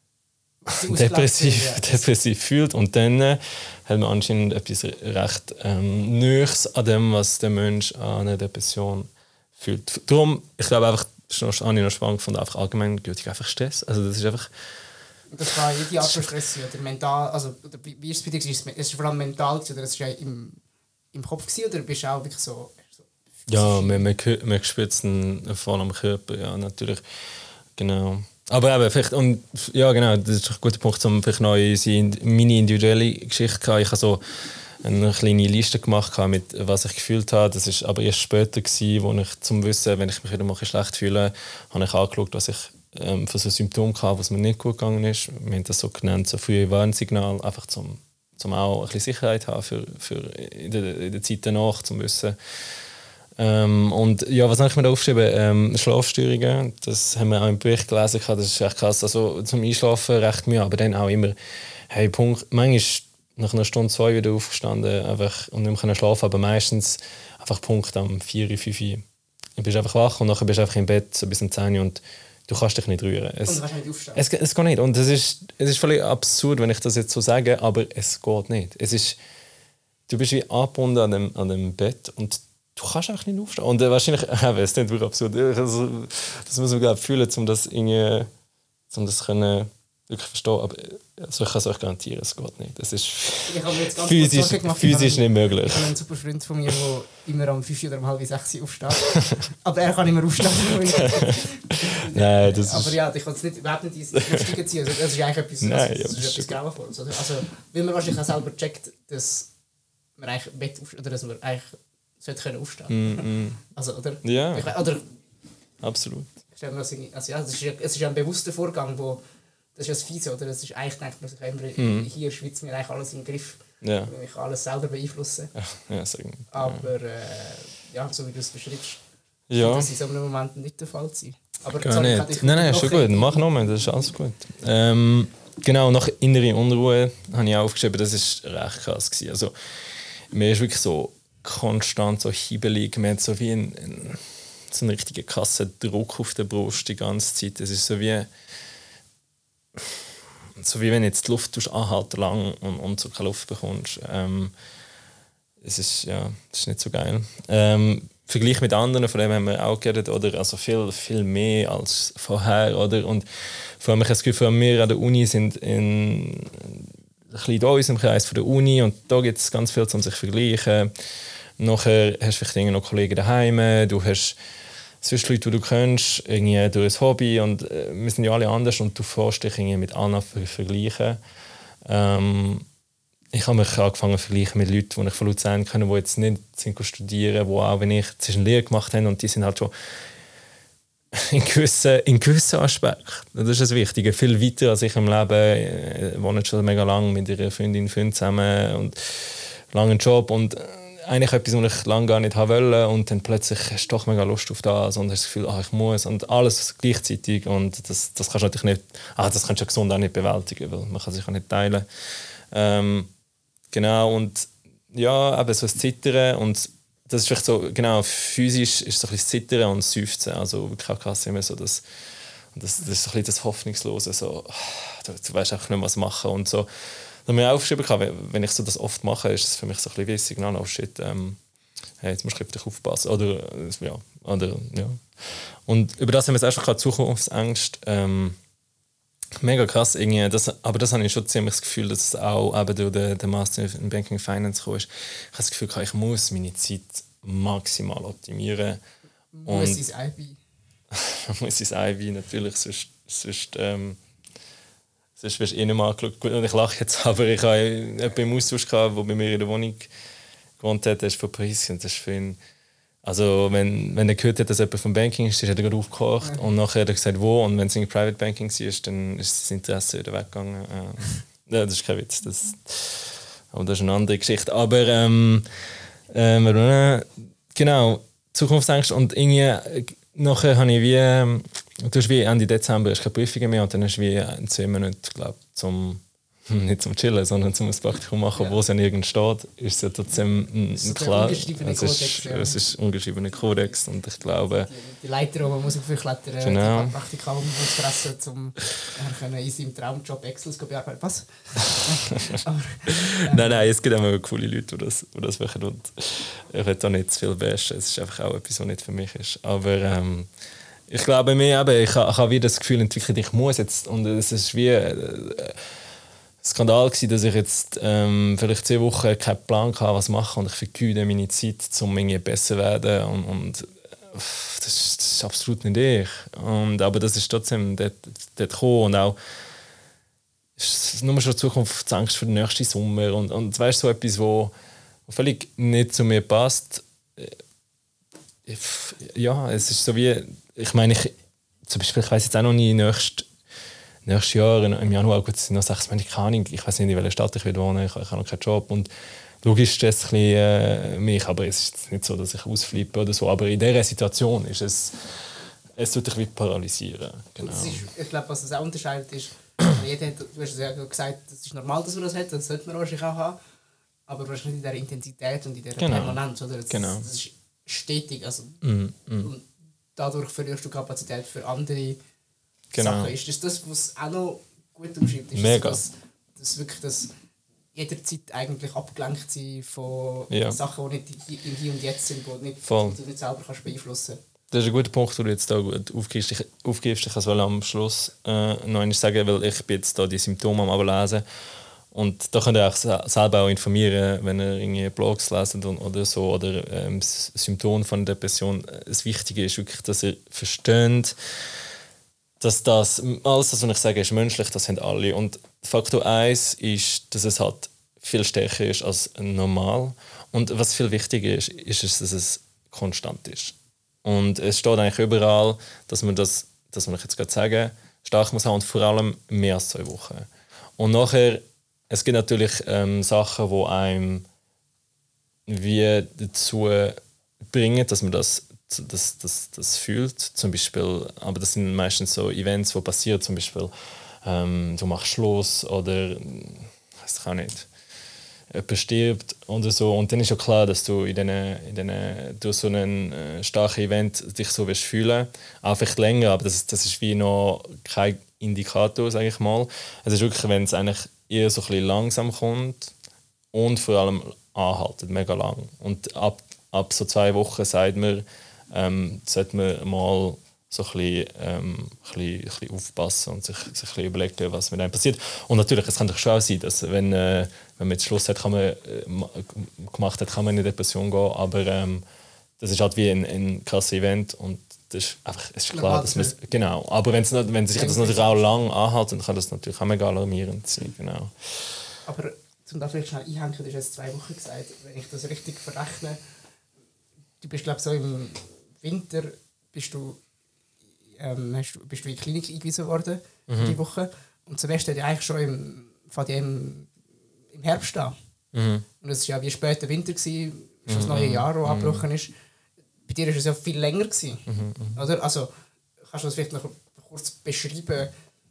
depressiv, ja. depressiv fühlt. Und dann äh, hat man anscheinend etwas recht ähm, Nächstes an dem, was der Mensch an einer Depression fühlt. Darum, ich glaube einfach, das ist noch spannend gefunden, einfach allgemein gültig einfach Stress. Also das ist einfach... Das war jede Art von Stress, oder mental, also oder wie ist es bei dir? Ist es vor allem mental oder ist es ja im, im Kopf gewesen, oder bist du auch wirklich so... so ja, man, man, man spürt es vor allem am Körper, ja, natürlich. Genau. Aber eben, vielleicht, und, ja genau, das ist ein guter Punkt, um vielleicht noch in meine individuelle Geschichte zu haben. Ich habe so eine kleine Liste gemacht, mit was ich gefühlt habe. Das war aber erst später, gewesen, wo ich zum Wissen, wenn ich mich wieder mal schlecht fühle, habe ich angeschaut, was ich ähm, für so Symptome hatte, was mir nicht gut gegangen ist. Wir haben das so genannt, so frühe Warnsignal, einfach zum, zum auch ein bisschen Sicherheit haben für, für in, der, in der Zeit danach, zum Wissen. Ähm, und ja, was habe ich mir da aufgeschrieben? Ähm, Schlafstörungen, das haben wir auch im Bericht gelesen, das ist echt krass. Also zum Einschlafen recht müde, aber dann auch immer, hey, Punkt, manchmal nach einer Stunde, zwei wieder aufgestanden einfach, und nicht mehr schlafen, aber meistens einfach Punkt am vier, fünf Uhr. Du bist einfach wach und dann bist du einfach im Bett so bis um zehn Uhr und du kannst dich nicht rühren. Es, und du kannst nicht aufstehen. Es, es geht nicht. Und es ist, es ist völlig absurd, wenn ich das jetzt so sage, aber es geht nicht. Es ist, du bist wie angebunden an dem, an dem Bett und du kannst einfach nicht aufstehen. Und äh, wahrscheinlich, äh, es ist nicht wirklich absurd. Also, das muss man glaube fühlen, um das irgendwie, um das können wirklich verstehen. Aber also, ich kann es euch garantieren, es geht nicht. Es ist physisch, physisch nicht möglich. Ich habe einen super Freund von mir, der immer um fünf oder um halb sechs aufsteht. Aber er kann immer aufstehen. Nein, das aber ist... ja, ich kann es nicht, überhaupt nicht ins Lustige ziehen. Also, das ist eigentlich etwas, Nein, also, das ja, ist etwas Grauenvolles. Also, weil man wahrscheinlich auch selber checkt, dass man eigentlich will, oder dass man eigentlich sollte können aufstehen. Mm, mm. Also, oder? Ja, ich, oder absolut. Also, ja, es, ist, es ist ja ein bewusster Vorgang, wo, das ist ja das Fiese, oder? Das ist eigentlich, denkt man sich immer, mm. hier in der Schweiz wir eigentlich alles im Griff. Ja. Ich kann alles selber beeinflussen. Ja, ja, sagen. Aber äh, ja, so wie du es beschreibst, ja. das in so einem Moment nicht der Fall sein. Aber Gar sorry, nicht. Nein, nein, ist schon gut. Mach nochmal, das ist alles gut. Ähm, genau, nach innere Unruhe habe ich aufgeschrieben, das war recht krass gewesen. Also, mir ist wirklich so konstant so hibbelig, man hat so wie ein, ein, so einen richtigen krassen Druck auf der Brust die ganze Zeit. Es ist so wie so wie wenn jetzt die Luft anhalten lang und, und so keine Luft bekommst. Ähm, es ist, ja, das ist nicht so geil. Ähm, Vergleich mit anderen, von dem haben wir auch geredet, oder? Also viel, viel mehr als vorher. Oder? Und vor allem, ich habe das Gefühl, wir an der Uni sind in, ein bisschen da in unserem Kreis von der Uni und da gibt es ganz viel, um sich zu vergleichen. Nachher hast du vielleicht noch Kollegen daheim, du hast sonst Leute, die du kennst, irgendwie durch ein Hobby und äh, wir sind ja alle anders und du fährst dich irgendwie mit anderen ver- vergleichen. Ähm, ich habe mich angefangen zu vergleichen mit Leuten, die ich von Luzern kenne, die jetzt nicht sind studieren, die auch, wenn ich zwischen Lehre gemacht habe und die sind halt schon in gewissen, in gewissen Aspekten, das ist das Wichtige, viel weiter als ich im Leben, ich wohne schon mega lange mit ihrer Freundin Freund zusammen und langen Job und eigentlich etwas, was ich lange gar nicht haben wollte und dann plötzlich hast du doch mega Lust auf das und hast das Gefühl, ach, ich muss und alles gleichzeitig und das, das kannst du natürlich nicht, ah, das kannst du ja gesund auch nicht bewältigen, weil man kann sich auch nicht teilen. Ähm, genau und ja, eben so das Zittern und das ist vielleicht so, genau, physisch ist so ein bisschen das Zittern und das Seufzen, also wirklich auch krass immer so das, das, das ist so ein bisschen das Hoffnungslose, so, du, du weißt einfach nicht mehr, was machen und so. Und mir aufgeschrieben kann, wenn ich so das oft mache, ist es für mich so ein bisschen wie ein Signal, oh shit, ähm, hey, jetzt musst du auf dich aufpassen. Oder, ja, oder, ja. Und über das haben wir jetzt erst noch Zukunftsängste. Ähm, mega krass irgendwie. Das, aber das habe ich schon ziemlich das Gefühl, dass es auch eben durch den, den Master in Banking Finance gekommen ist. Ich habe das Gefühl, ich muss meine Zeit maximal optimieren. Muss ins I B? muss ins I B, natürlich, sonst... sonst ähm, Sonst wirst du eh nicht mal angeschaut. Und ich lache jetzt, aber ich hatte jemanden im Austausch, der bei mir in der Wohnung gewohnt hat, der ist von Paris. Und das ist für ihn, also wenn, wenn er gehört hat, dass jemand vom Banking ist, ist er gerade aufgekocht. Mhm. Und nachher hat er gesagt, wo. Und wenn es in Private Banking war, dann ist das Interesse wieder weggegangen. Äh, ja, das ist kein Witz. Das, aber das ist eine andere Geschichte. Aber ähm, äh, genau, Zukunftsängste. Und irgendwie, nachher habe ich wie... Du hast wie Ende Dezember hast keine Prüfungen mehr und dann hast du wie in zehn Monaten, glaube ich, zum, nicht zum Chillen, sondern zum Praktikum machen, ja. Wo es ja nirgends steht, ist es ja trotzdem m, klar. Es ist, ja. Es ist ein ungeschriebener Kodex und ich glaube... Die, die Leiter, die man muss klettern, genau. Die Praktika, die man muss fressen, um in seinem Traumjob Excel zu bearbeiten. Was? Aber, ähm, nein, nein, es gibt immer coole Leute, die das, die das machen und ich will da nicht zu viel bashen, es ist einfach auch etwas, was nicht für mich ist. Aber... Ähm, ich glaube mir eben, ich habe wieder das Gefühl entwickelt, ich muss jetzt, und es ist wie äh, ein Skandal gewesen, dass ich jetzt ähm, vielleicht zehn Wochen keinen Plan hatte, was machen und ich vergeude meine Zeit, um irgendwie besser zu werden und, und das, ist, das ist absolut nicht ich. Und, aber das ist trotzdem dort, dort gekommen und auch ist nur schon Zukunftsangst für den nächsten Sommer und, und weißt so etwas, wo, wo völlig nicht zu mir passt. Ja, es ist so wie, ich meine, ich, zum Beispiel, ich weiss jetzt auch noch nie, nächstes, nächstes Jahr, im Januar, gut, es sind noch sechs Monate, keine Ahnung, ich weiß nicht, in welcher Stadt ich will wohnen, ich, ich habe noch keinen Job und logisch stresst es ein bisschen äh, mich, aber es ist nicht so, dass ich ausflippe oder so, aber in dieser Situation ist es, es tut dich wie paralysieren. Genau. Ist, ich glaube, was das auch unterscheidet ist, jeder hat, du hast ja gesagt, es ist normal, dass man das hat, das sollte man wahrscheinlich auch haben, aber wahrscheinlich nicht in dieser Intensität und in dieser genau. Permanenz, oder? Das, genau. das ist stetig, also mm, mm. und dadurch verlierst du Kapazität für andere genau. Sachen. Ist das das, was auch noch gut umschreibt? Ist Mega. Das, dass wirklich das jederzeit eigentlich abgelenkt sein von ja. Sachen, die nicht im Hier und Jetzt sind, die, nicht, die du nicht selber kannst beeinflussen kannst? Das ist ein guter Punkt, den du jetzt da gut aufgibst. Ich, aufgibst. Ich kann es am Schluss äh, noch einmal sagen, weil ich bin jetzt da die Symptome am Ablesen. Und da könnt ihr auch selber auch informieren, wenn ihr irgendwie Blogs lest oder so, oder ähm, Symptome von Depression. Das Wichtige ist wirklich, dass ihr versteht, dass das, alles, was ich sage, ist menschlich, das haben alle. Und Faktor eins ist, dass es halt viel stärker ist als normal. Und was viel wichtiger ist, ist, dass es konstant ist. Und es steht eigentlich überall, dass man das, das muss ich jetzt gerade sagen, stark muss haben und vor allem mehr als zwei Wochen. Und nachher, es gibt natürlich ähm, Sachen, die einem wie dazu bringen, dass man das, das, das, das fühlt. Zum Beispiel, aber das sind meistens so Events, die passieren, zum Beispiel ähm, du machst Schluss oder weiß ich auch nicht, jemand stirbt oder so. Und dann ist ja klar, dass du in diesen, in diesen, durch so ein äh, starkes Event dich so wirst fühlen. Auch vielleicht länger, aber das, das ist wie noch kein Indikator, sage ich mal. Es ist wirklich, wenn es eigentlich eher so ein bisschen langsam kommt und vor allem anhaltet, mega lang. Und ab, ab so zwei Wochen sagt man, ähm, sollte man mal so ein bisschen, ähm, ein bisschen, ein bisschen aufpassen und sich, sich ein bisschen überlegen, was mit einem passiert. Und natürlich, es kann doch schon auch sein, dass wenn, äh, wenn man jetzt Schluss hat, kann man, äh, gemacht hat, kann man in eine Depression gehen, aber ähm, das ist halt wie ein, ein krasses Event und das ist einfach, es ist klar, dass man genau. Aber wenn's, wenn sich das natürlich auch lang anhält, dann kann das natürlich auch mega alarmierend sein, genau. Aber um da vielleicht schnell einhängen, du hast jetzt zwei Wochen gesagt, wenn ich das richtig verrechne, du bist glaube so im Winter bist du Ähm, hast, bist du in die Klinik eingewiesen worden für mhm. die Woche. Und zuerst hat ja eigentlich schon im, im, im Herbst an. Mhm. Und es war ja wie später Winter, gewesen, schon das neue Jahr, das mhm. abgebrochen ist. Bei dir war es ja viel länger. Gewesen, mhm. oder? Also, kannst du das vielleicht noch kurz beschreiben,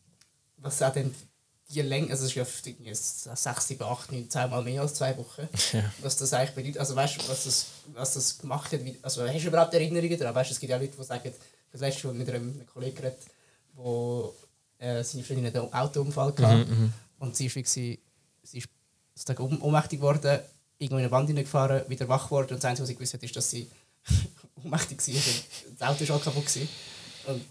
was auch denn die Länge, also es ist ja sechs, sieben, acht, neun, zehn Mal mehr als zwei Wochen, ja. was das eigentlich bedeutet. Also weißt du, was das, was das gemacht hat? Also hast du überhaupt Erinnerungen daran? Weißt, es gibt ja Leute, die sagen, das letzte Mal mit einem Kollegen geredet, wo äh, seine Freundin einen Autounfall hatte. Mhm, und sie war sie ist um, ohnmächtig geworden, irgendwo in eine Wand hineingefahren, wieder wach geworden. Und das Einzige, was sie gewusst hat, ist, dass sie ohnmächtig war. Und das Auto war schon kaputt. Und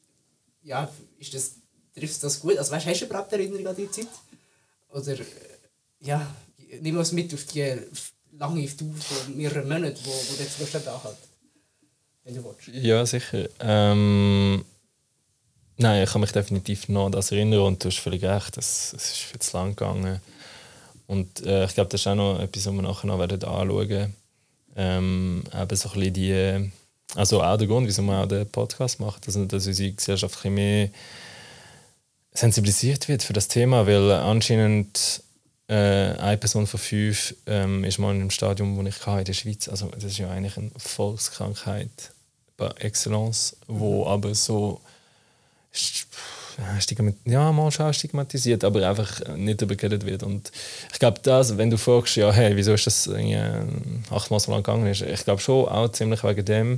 ja, ist das, trifft das gut? Also weißt, hast du überhaupt Erinnerung an die Zeit? Oder ja, nimm uns mit auf die lange Tour von mehreren Monaten, wo, wo der Zustand anhält. Wenn du willst. Ja, sicher. Ähm, nein, ich kann mich definitiv noch an das erinnern und du hast völlig recht, es ist viel zu lang gegangen. Und äh, ich glaube, das ist auch noch etwas, was wir nachher noch werden anschauen. Ähm, eben so ein bisschen die, also auch der Grund, wieso wir auch den Podcast machen, dass, dass unsere Gesellschaft ein bisschen mehr sensibilisiert wird für das Thema, weil anscheinend äh, eine Person von fünf ähm, ist mal in einem Stadium, das ich hatte in der Schweiz, also das ist ja eigentlich eine Volkskrankheit par excellence, wo aber so stigmat- ja, mal schon stigmatisiert, aber einfach nicht übergeredet wird. Und ich glaube, das, wenn du fragst, ja, hey, wieso ist das äh, achtmal so lang gegangen, ist, ich glaube schon auch ziemlich wegen dem,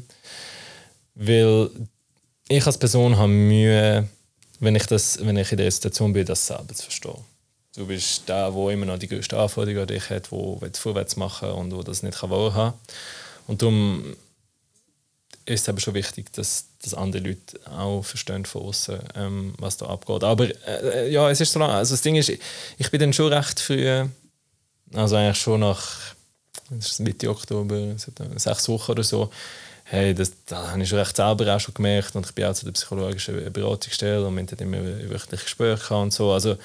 weil ich als Person habe Mühe, wenn ich, das, wenn ich in der Situation bin, das selber zu verstehen. Du bist der, der immer noch die größte Anforderung an dich hat, der vorwärts machen will und der das nicht wahrhaben kann. Und darum ist es aber schon wichtig, dass, dass andere Leute auch verstehen von außen, ähm, was da abgeht. Aber äh, ja, es ist so lang. Also das Ding ist, ich bin dann schon recht früh, also eigentlich schon nach Mitte Oktober, sechs Wochen oder so, hey, das, das habe ich schon recht selber auch schon gemerkt und ich bin auch zu der psychologischen Beratungsstelle und wir haben immer wöchentlich Gespräche und so. Also,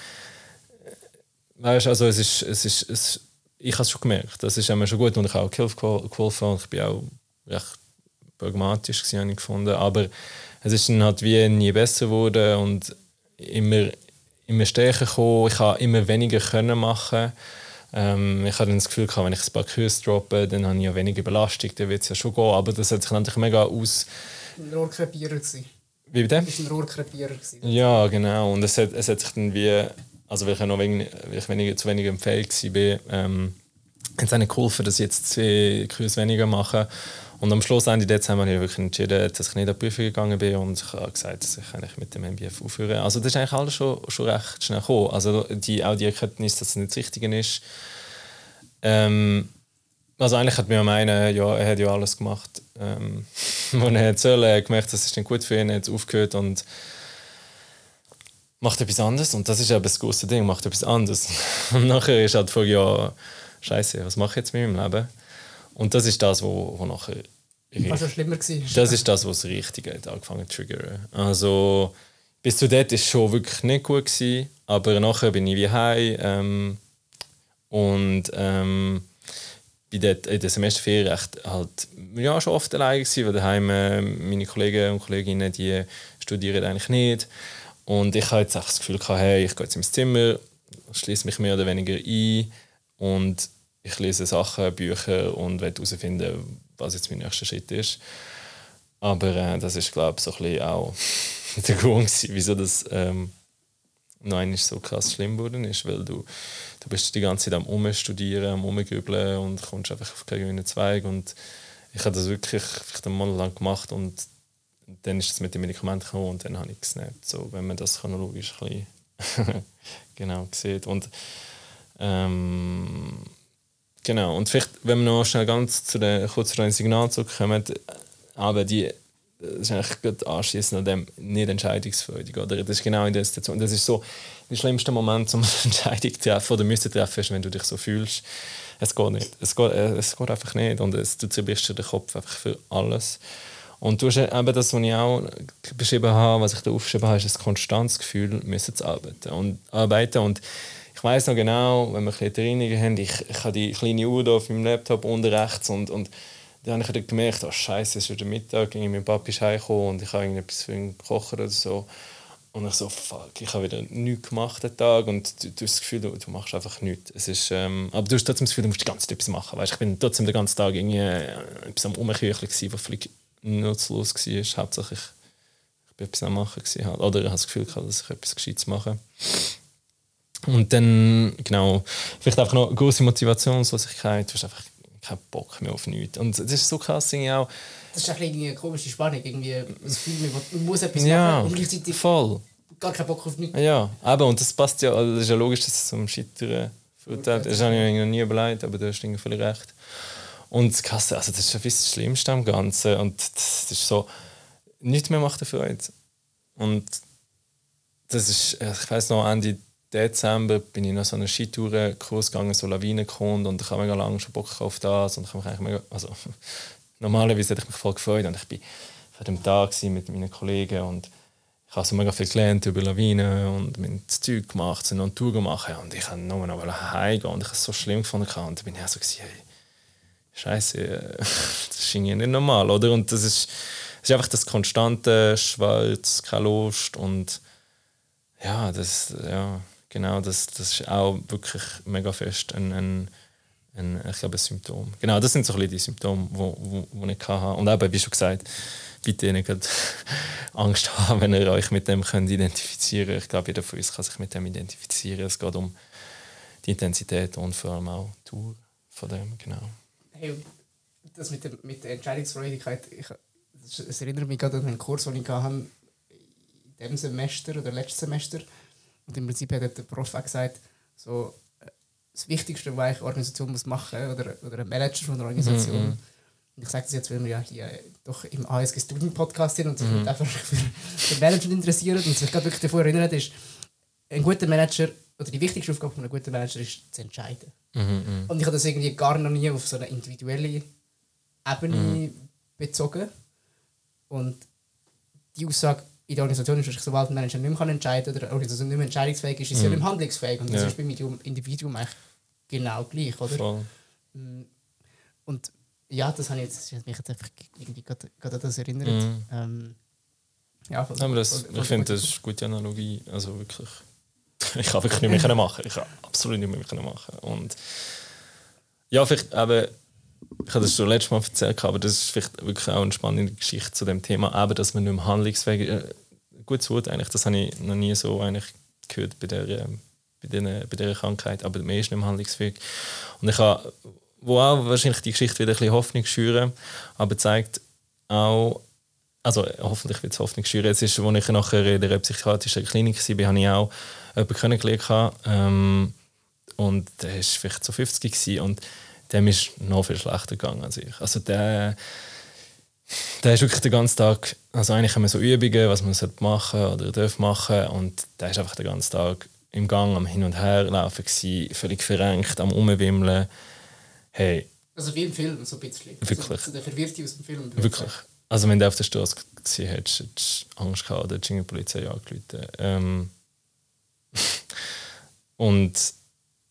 weißt, also es ist, es ist, es, ich habe es schon gemerkt, das ist mir schon gut und ich habe auch geholfen und ich bin auch recht pragmatisch gewesen, habe ich gefunden, aber es ist dann halt wie nie besser geworden und immer, immer stärker gekommen. Ich habe immer weniger können machen. Ähm, ich hatte dann das Gefühl, wenn ich ein paar Kurse droppe, dann habe ich ja weniger Belastung, dann wird es ja schon gehen, aber das hat sich natürlich mega aus... Ein Rohrkrepierer gewesen. Wie bitte? Das war ein Rohrkrepierer gewesen. Ja, genau, und es hat, es hat sich dann wie... Also weil ich, noch wenig, weil ich weniger, zu wenig empfehlt war, ähm, hat es auch nicht geholfen, dass ich jetzt zwei Kurse weniger mache. Und am Schluss, Ende Dezember, habe ich wirklich entschieden, dass ich nicht an die Prüfung gegangen bin und ich habe gesagt, dass ich eigentlich mit dem M B F aufhöre. Also das ist eigentlich alles schon, schon recht schnell gekommen. Also die, auch die Erkenntnis, dass es nicht das Richtige ist. Ähm, also eigentlich hat mir meinen, ja, er hat ja alles gemacht, ähm, was er sollte. Er hat gemerkt, das ist nicht gut für ihn, er hat aufgehört und macht etwas anderes. Und das ist eben das große Ding, macht etwas anderes. Und nachher ist halt die Frage, ja, Scheiße, was mache ich jetzt mit meinem Leben? Und das ist das, wo, wo nachher... Was schon schlimmer war. Das ist das, was das Richtige hat angefangen zu triggern. Also bis zu dort war es schon wirklich nicht gut gewesen, aber nachher bin ich wie heim. Ähm, Und ähm, bin dort in der Semesterferien echt halt, ja, schon oft allein gewesen, weil daheim äh, meine Kollegen und Kolleginnen, die studieren eigentlich nicht. Und ich hatte jetzt einfach das Gefühl gehabt, hey, ich gehe jetzt ins Zimmer, schließe mich mehr oder weniger ein und ich lese Sachen, Bücher und will herausfinden, was jetzt mein nächster Schritt ist. Aber äh, das ist, glaube ich, so ein bisschen auch der Grund gewesen, wieso das ähm, noch einmal so krass schlimm geworden ist, weil du, du bist die ganze Zeit am Umstudieren, am Umgrübeln und kommst einfach auf keinen Zweig. Und ich habe das wirklich vielleicht einen Monat lang gemacht und dann ist es mit den Medikamenten gekommen und dann habe ich gesnappt, so, wenn man das chronologisch ein bisschen genau sieht. Und ähm, genau, und vielleicht, wenn wir noch schnell ganz zu den, kurz zu den Signalen zurückkommen, aber die, das ist eigentlich gut anschließend an dem nicht entscheidungsfreudig, oder? Das ist genau in der Situation. Das ist so der schlimmste Moment, um eine Entscheidung zu treffen oder müssen treffen, ist, wenn du dich so fühlst. Es geht nicht. Es geht, es geht einfach nicht und es, du zerbrichst dir den Kopf einfach für alles. Und du hast eben das, was ich auch beschrieben habe, was ich da aufgeschrieben habe, ist das konstantes Gefühl, müssen zu arbeiten. Und, arbeiten. und ich weiss noch genau, wenn wir ein bisschen Erinnerungen haben, ich, ich habe die kleine Uhr da auf meinem Laptop unten rechts und, und dann habe ich dann gemerkt, oh Scheiße, es ist wieder Mittag, mein Papa ist heimgekommen und ich habe irgendetwas für ihn gekocht oder so. Und ich so, fuck, ich habe wieder nichts gemacht den Tag und du, du hast das Gefühl, du, du machst einfach nichts. Es ist, ähm, aber du hast trotzdem das Gefühl, du musst die ganze Zeit etwas machen. Weißt, ich bin trotzdem den ganzen Tag irgendwie äh, etwas am Umkücheln gewesen, was vielleicht nutzlos war. Hauptsächlich ich bin etwas am Machen gewesen, halt. Oder ich habe das Gefühl gehabt, dass ich etwas Gescheites mache. Und dann, genau, vielleicht einfach noch eine grosse Motivationslosigkeit, du hast einfach keinen Bock mehr auf nichts. Und das ist so krass irgendwie auch. Das ist ein bisschen eine komische Spannung, irgendwie das Gefühl, man muss etwas ja, machen und gleichzeitig voll. gar keinen Bock auf nichts. Ja, aber und das passt ja, also das ist ja logisch, dass es zum Scheitern verurteilt. Das habe ich mir noch nie überlegt, aber du hast irgendwie völlig recht. Und das Krasse, also das ist schon das Schlimmste am Ganzen und das ist so, nichts mehr macht Freude. Und das ist, ich weiss noch, Ende Dezember bin ich noch so einen Skitourenkurs gegangen, so Lawinenkunde und ich habe mega lange schon Bock auf das und ich habe mich eigentlich mega, also normalerweise hätte ich mich voll gefreut und ich bin vor dem Tag mit meinen Kollegen und ich habe so mega viel gelernt über Lawinen und mein Zeug gemacht, so eine Tour gemacht und ich wollte nur noch heimgehen und ich habe es so schlimm gefunden und dann bin ich auch so gewesen, hey, Scheiße, das ist irgendwie nicht normal, oder? Und das ist, das ist einfach das konstante Schwarz, keine Lust und ja, das, ja, genau, das, das ist auch wirklich mega fest ein, ein, ein, ich glaube, ein Symptom. Genau, das sind so ein bisschen die Symptome, die wo, wo, wo ich hatte. Und eben, wie schon gesagt, bitte nicht Angst haben, wenn ihr euch mit dem könnt identifizieren könnt. Ich glaube, jeder von uns kann sich mit dem identifizieren. Es geht um die Intensität und vor allem auch die Tour von dem, genau. Hey, das mit, dem, mit der Entscheidungsfreudigkeit, ich, das, das erinnert mich gerade an einen Kurs, den ich hatte in diesem Semester oder letztes Semester. Und im Prinzip hat der Prof auch gesagt, so, das Wichtigste, was eine Organisation muss machen muss, oder, oder ein Manager von einer Organisation, mm-hmm. und ich sage das jetzt, weil wir ja hier doch im A S G Student Podcast sind und sich mm-hmm. einfach für den Manager interessieren und sich gerade wirklich davor erinnert, ist, ein guter Manager, oder die wichtigste Aufgabe von einem guten Manager ist, zu entscheiden. Mm-hmm. Und ich habe das irgendwie gar noch nie auf so eine individuelle Ebene mm-hmm. bezogen. Und die Aussage in der Organisation ist, dass sobald ein Manager nicht mehr entscheiden kann oder eine Organisation nicht mehr entscheidungsfähig ist, ist sie mm. ja nicht mehr handlungsfähig. Und das ja. ist beim Individuum eigentlich genau gleich, oder? Voll. Und ja, das habe ich jetzt, das hat mich jetzt einfach irgendwie gerade, gerade an das erinnert. Mm. Ähm, ja, voll, aber das, voll, voll, ich finde, das ist eine gute Analogie. Also wirklich, ich kann wirklich nicht mehr machen. Ich kann absolut nicht mehr machen. Und ja, vielleicht eben, ich habe das schon letztes Mal erzählt, aber das ist vielleicht wirklich auch eine spannende Geschichte zu dem Thema, eben, dass man nicht mehr handlungsfähig ist. Gutes Wort eigentlich, das habe ich noch nie so eigentlich gehört bei der, bei der, bei der Krankheit, aber man ist nicht mehr handlungsfähig. Und ich habe, wo auch wahrscheinlich die Geschichte wieder ein bisschen Hoffnung schüren, aber zeigt auch, also hoffentlich wird es Hoffnung schüren. Jetzt ist, als ich nachher in der psychiatrischen Klinik war, habe ich auch jemanden kennengelernt, ähm, und der war vielleicht so fünfzig gewesen, und dem ist noch viel schlechter gegangen als ich. Also der, der ist wirklich den ganzen Tag, also eigentlich haben wir so Übungen, was man machen oder darf machen, und der ist einfach den ganzen Tag im Gang, am Hin- und Herlaufen gewesen, völlig verrenkt, am Rumwimmeln. Hey. Also wie im Film, so ein bisschen. Wirklich. Also der Verwirrte aus dem Film. Wirklich. Also wenn du auf der Straße gesehen hättest, hättest du Angst gehabt, oder die Polizei angerufen. Ähm und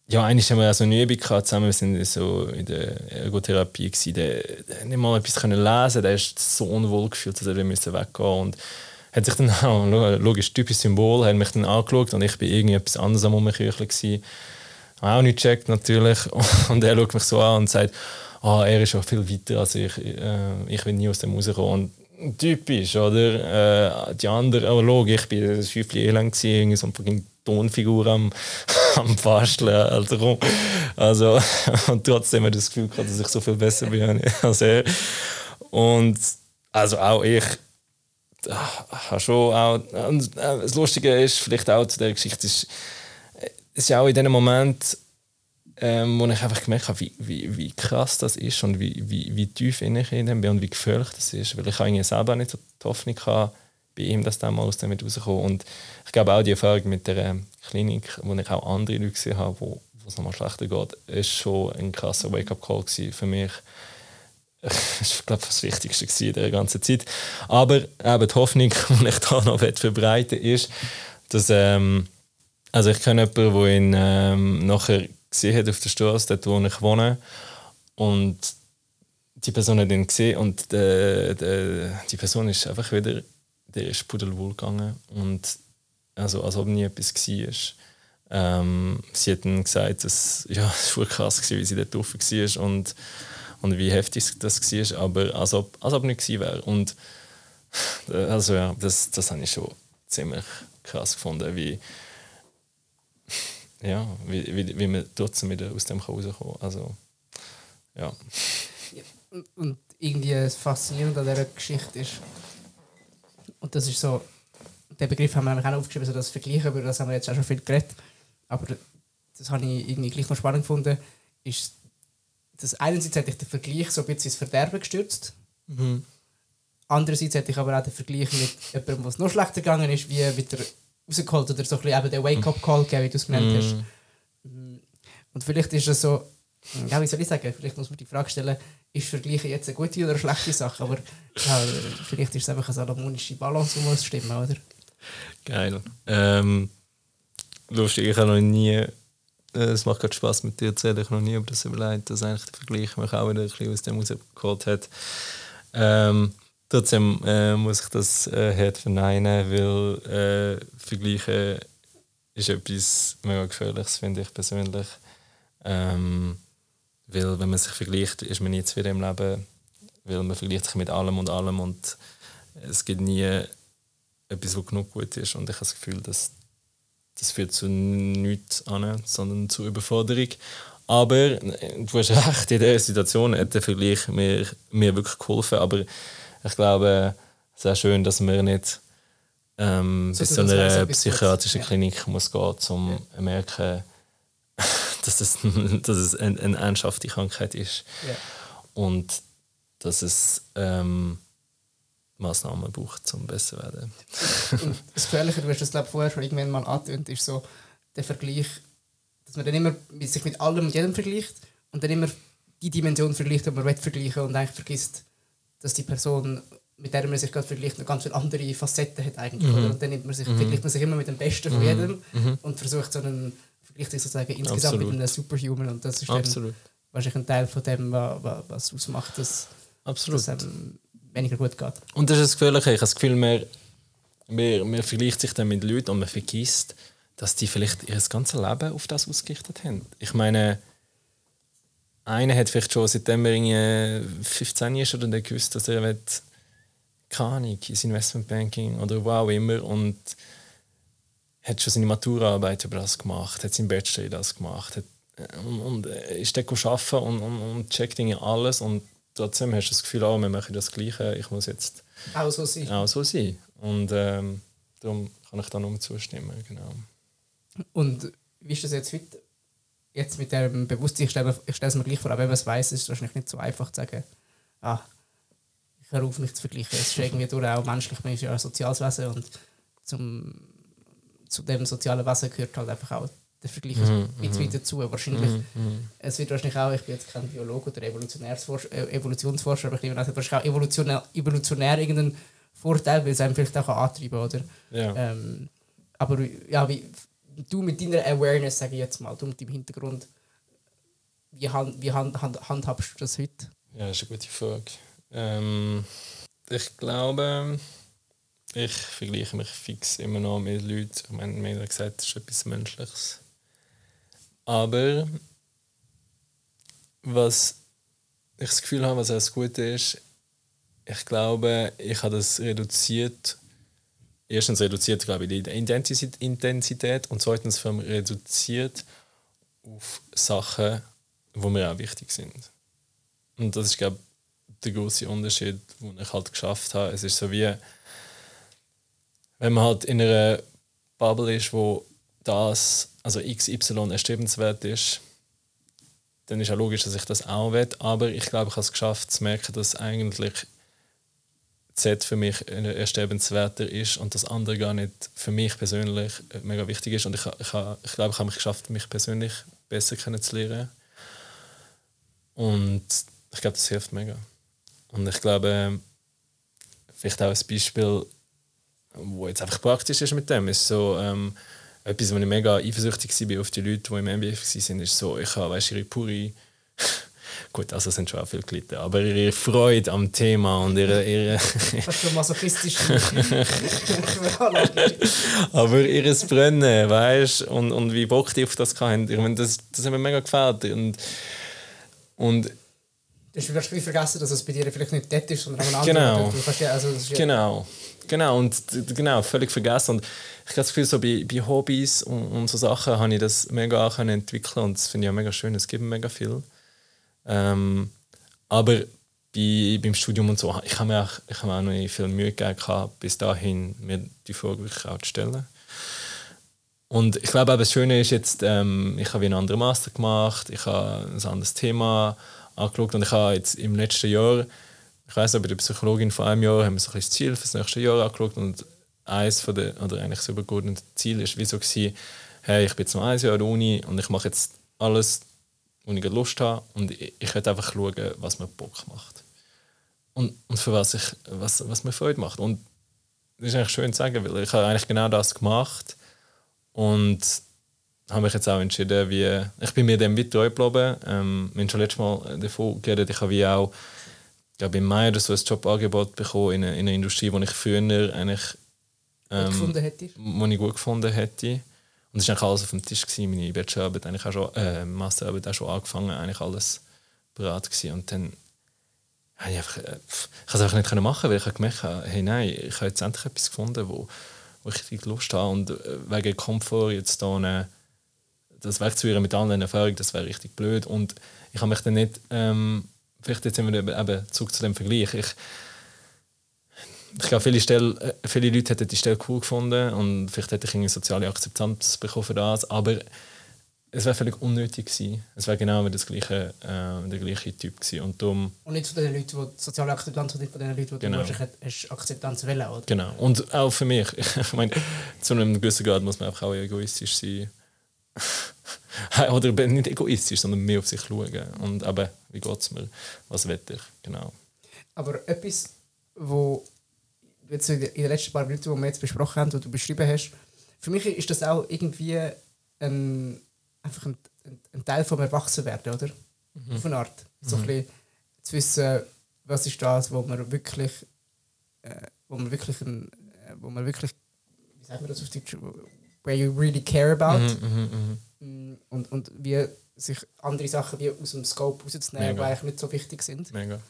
ja, eigentlich haben wir so eine Übung gehabt, zusammen. Wir sind so in der Ergotherapie gewesen. Der, der nicht mal etwas können lesen, der ist so unwohl gefühlt, dass er weggehen musste. Und hat sich dann auch, logisch, typisches Symbol, hat mich dann angeschaut und ich bin irgendwie etwas anderes am Rumkücheln gewesen. Auch nicht gecheckt natürlich. Und er schaut mich so an und sagt, ah, er ist schon viel weiter als ich, äh, ich will nie aus dem rauskommen. Und typisch, oder? Äh, die anderen, aber logisch, ich war ein Schäufchen elend gewesen, so eine Tonfigur am, am Basteln. Also, also, und trotzdem hat er das Gefühl gehabt, dass ich so viel besser bin als er. Und also auch ich habe schon auch, und das Lustige ist vielleicht auch zu der Geschichte, ist, es ist auch in dem Moment, ähm, wo ich einfach gemerkt habe, wie, wie, wie krass das ist und wie, wie, wie tief ich in dem bin und wie gefährlich das ist, weil ich eigentlich selber nicht so die Hoffnung hatte, bei ihm, dass der mal aus dem rauskommt. Und ich glaube auch die Erfahrung mit der Klinik, wo ich auch andere Leute gesehen habe, wo es nochmal schlechter geht, ist schon ein krasser Wake-up-Call für mich. Das war, glaube ich, das Wichtigste in der ganzen Zeit. Aber eben die Hoffnung, die ich da noch verbreiten will, ist, dass ähm, also ich kenne jemanden, der ihn ähm, nachher gesehen hat auf der Straße, dort wo ich wohne. Und die Person hat ihn gesehen und de, de, die Person ist einfach wieder, der ist pudelwohl gegangen. Und also, als ob nie etwas war. Ähm, sie hat dann gesagt, dass ja, es war krass war, wie sie dort drauf war und, und wie heftig das war, aber als ob, als ob nicht gewesen wäre. Und also ja, das, das habe ich schon ziemlich krass gefunden, wie ja, wie, wie, wie man trotzdem wieder aus dem rauskommen kann. Also, ja. Und, und irgendwie das Faszinierende an dieser Geschichte ist, und das ist so, den Begriff haben wir nämlich auch aufgeschrieben, so das Vergleichen, über das haben wir jetzt auch schon viel geredet, aber das habe ich irgendwie gleich noch spannend gefunden, ist, dass einerseits hätte ich den Vergleich so ein bisschen ins Verderben gestürzt, mhm. Andererseits hätte ich aber auch den Vergleich mit jemandem, was noch schlechter gegangen ist, wie wieder rausgeholt oder so ein bisschen eben den Wake-up-Call gegeben, wie du es genannt hast. Mm. Und vielleicht ist es so, ja, wie soll ich sagen, vielleicht muss man die Frage stellen, ist Vergleichen jetzt eine gute oder eine schlechte Sache, aber ja, vielleicht ist es einfach eine salomonische Balance, die muss stimmen, oder? Geil. Ähm, lustig, ich habe noch nie, es macht gerade Spass mit dir zu erzählen, ich habe noch nie über das überlegt, dass eigentlich der Vergleich mich auch wieder ein bisschen aus dem rausgeholt hat. Ähm, Trotzdem äh, muss ich das äh, hart verneinen, weil äh, Vergleichen ist etwas mega Gefährliches, finde ich persönlich. Ähm, weil wenn man sich vergleicht, ist man nie zufrieden im Leben, weil man vergleicht sich mit allem und allem und es gibt nie etwas, was genug gut ist. Und ich habe das Gefühl, dass das führt zu nichts an, sondern zu Überforderung. Aber du hast recht, in dieser Situation hat der Vergleich mir, mir wirklich geholfen, aber ich glaube, es ist schön, dass man nicht ähm, so bis zu einer psychiatrischen Klinik ja. muss gehen, um zu ja. merken, dass es, dass es eine, eine ernsthafte Krankheit ist. Ja. Und dass es ähm, Massnahmen braucht, um besser zu werden. Und das Gefährliche, du hast das glaube ich, vorher schon irgendwann mal angetönt, ist so der Vergleich, dass man dann immer sich mit allem und jedem vergleicht und dann immer die Dimension vergleicht, die man will vergleichen und eigentlich vergisst, dass die Person, mit der man sich gerade vergleicht, noch ganz viele andere Facetten hat eigentlich. Mhm. Und dann nimmt man sich, mhm. vergleicht man sich immer mit dem Besten von jedem mhm. und versucht so einen Vergleich sozusagen insgesamt Absolut. Mit einem Superhuman. Und das ist dann Absolut. Wahrscheinlich ein Teil von dem, was, was ausmacht, dass es einem weniger gut geht. Und das ist das Gefährliche. Ich habe das Gefühl, man, man, man vergleicht sich dann mit Leuten und man vergisst, dass die vielleicht ihr ganzes Leben auf das ausgerichtet haben. Ich meine, einer hat vielleicht schon seitdem er fünfzehn ist oder der gewusst, dass er will, keine Ahnung, ins Investmentbanking oder wo auch immer und hat schon seine Maturaarbeit über das gemacht, hat seinen Bachelor über das gemacht hat, und, und ist dort arbeiten und, und, und checkt Dinge alles und trotzdem hast du das Gefühl, oh, wir machen das Gleiche, ich muss jetzt auch so sein. Auch so sein. Und ähm, darum kann ich da nur zustimmen. Genau. Und wie ist das jetzt heute? Jetzt mit dem Bewusstsein, ich stelle es mir gleich vor, aber wenn man es weiss, ist es wahrscheinlich nicht so einfach zu sagen, ah, ich höre auf, mich zu vergleichen. Es ist irgendwie durch auch menschlich, man ist ja ein soziales Wesen und zum, zu dem sozialen Wesen gehört halt einfach auch der Vergleich mm, ein bisschen mm, dazu. Wahrscheinlich, mm, mm. Es wird wahrscheinlich auch, ich bin jetzt kein Biologe oder Evolutionsforscher, äh, Evolutionsforscher aber ich nehme an, es hat wahrscheinlich auch evolutionär, evolutionär irgendeinen Vorteil, weil es einem vielleicht auch antreiben kann, oder? Ja. Ähm, aber ja, wie du mit deiner Awareness, sage ich jetzt mal, du mit deinem Hintergrund, wie, hand, wie hand, hand, handhabst du das heute? Ja, das ist eine gute Frage. Ähm, ich glaube, ich vergleiche mich fix immer noch mit Leuten. Ich meine, mir hat gesagt, das ist etwas Menschliches. Aber was ich das Gefühl habe, was auch das Gute ist, ich glaube, ich habe das reduziert. Erstens reduziert, glaube ich, die Intensität und zweitens vor allem reduziert auf Sachen, die mir auch wichtig sind. Und das ist, glaube ich, der grosse Unterschied, den ich halt geschafft habe. Es ist so wie, wenn man halt in einer Bubble ist, wo das, also X Y erstrebenswert ist, dann ist auch logisch, dass ich das auch will. Aber ich glaube, ich habe es geschafft zu merken, dass eigentlich Z für mich erstrebenswerter ist und das andere gar nicht für mich persönlich mega wichtig ist. Und ich, ich, ich glaube, ich habe mich geschafft, mich persönlich besser kennenzulernen. Und ich glaube, das hilft mega. Und ich glaube, vielleicht auch ein Beispiel, wo jetzt einfach praktisch ist mit dem, ist so ähm, etwas, wo ich mega eifersüchtig war auf die Leute, die im M B A waren, ist so, ich habe, weißt, ihre pure gut, also sind schon auch viele gelitten, aber ihre Freude am Thema und ihre... ihre Fast so masochistisch. aber ihres Brennen, weißt du, und, und wie Bock die auf das hatten, ich meine, das, das hat mir mega gefällt. Und, und du hast vielleicht vergessen, dass es bei dir vielleicht nicht dort ist, sondern auch ein genau. anderer. Du kannst ja, also das ist ja genau, genau, und genau, völlig vergessen. Und ich habe das Gefühl, so bei, bei Hobbys und, und so Sachen habe ich das mega auch entwickeln und das finde ich auch mega schön, es gibt mega viel. Ähm, aber bei, beim Studium und so, ich habe mir auch, ich habe mir auch noch nicht viel Mühe gegeben, bis dahin mir die Frage wirklich auch zu stellen. Und ich glaube, das Schöne ist jetzt, ähm, ich habe einen anderen Master gemacht, ich habe ein anderes Thema angeschaut und ich habe jetzt im letzten Jahr, ich weiss noch, bei der Psychologin vor einem Jahr haben wir so ein das Ziel für das nächste Jahr angeschaut und eines von der, oder eigentlich das übergeordnete Ziel ist wie so gewesen, hey, ich bin jetzt noch ein Jahr an der Uni und ich mache jetzt alles, wo ich Lust habe und ich, ich will einfach schauen, was mir Bock macht. Und, und für was, ich, was, was mir Freude macht. Und das ist eigentlich schön zu sagen, weil ich habe eigentlich genau das gemacht und habe mich jetzt auch entschieden, wie, ich bin mir dem weit treu geblieben. Ähm, wir haben schon letztes Mal davon geredet, ich habe wie auch, ich glaube im Mai oder so ein Jobangebot bekommen in einer, in einer Industrie, die ich früher eigentlich ähm, gut gefunden hätte. Wo ich gut gefunden hätte. Und es war eigentlich alles auf dem Tisch gewesen. Meine Bachelorarbeit, eigentlich auch schon, äh, Masterarbeit auch schon angefangen, eigentlich alles bereit gewesen. Und dann habe ich einfach, äh, ich es einfach nicht machen, weil ich habe gemerkt, hey nein, ich habe jetzt endlich etwas gefunden, wo, wo ich richtig Lust habe. Und äh, wegen Komfort jetzt da eine, das wegzuhören mit allen Erfahrungen, das wäre richtig blöd. Und ich habe mich dann nicht, ähm, vielleicht jetzt sind wir eben zurück zu dem Vergleich. Ich, Ich glaube, viele, Stelle, viele Leute hätten die Stelle cool gefunden und vielleicht hätte ich eine soziale Akzeptanz bekommen für das, aber es wäre völlig unnötig gewesen. Es wäre genau das gleiche, äh, der gleiche Typ gewesen. Und, darum, und nicht von den Leuten, die soziale Akzeptanz und nicht von den Leuten, die genau. du wahrscheinlich Akzeptanz wollen, oder? Genau. Und auch für mich. Ich meine, zu einem gewissen Grad muss man einfach auch egoistisch sein. Oder nicht egoistisch, sondern mehr auf sich schauen. Und eben, wie geht es mir? Was will ich? Genau. Aber etwas, wo jetzt in den letzten paar Minuten, die wir jetzt besprochen haben, die du beschrieben hast, für mich ist das auch irgendwie ein, einfach ein, ein Teil vom Erwachsenwerden, oder? Mhm. Auf eine Art. So mhm. ein bisschen zu wissen, was ist das, wo man wirklich, äh, wo man wirklich, ein, wo man wirklich, wie sagt man das auf Deutsch, where you really care about. Mhm, mh, und, und wie sich andere Sachen wie aus dem Scope rauszunehmen, die eigentlich nicht so wichtig sind. Mega.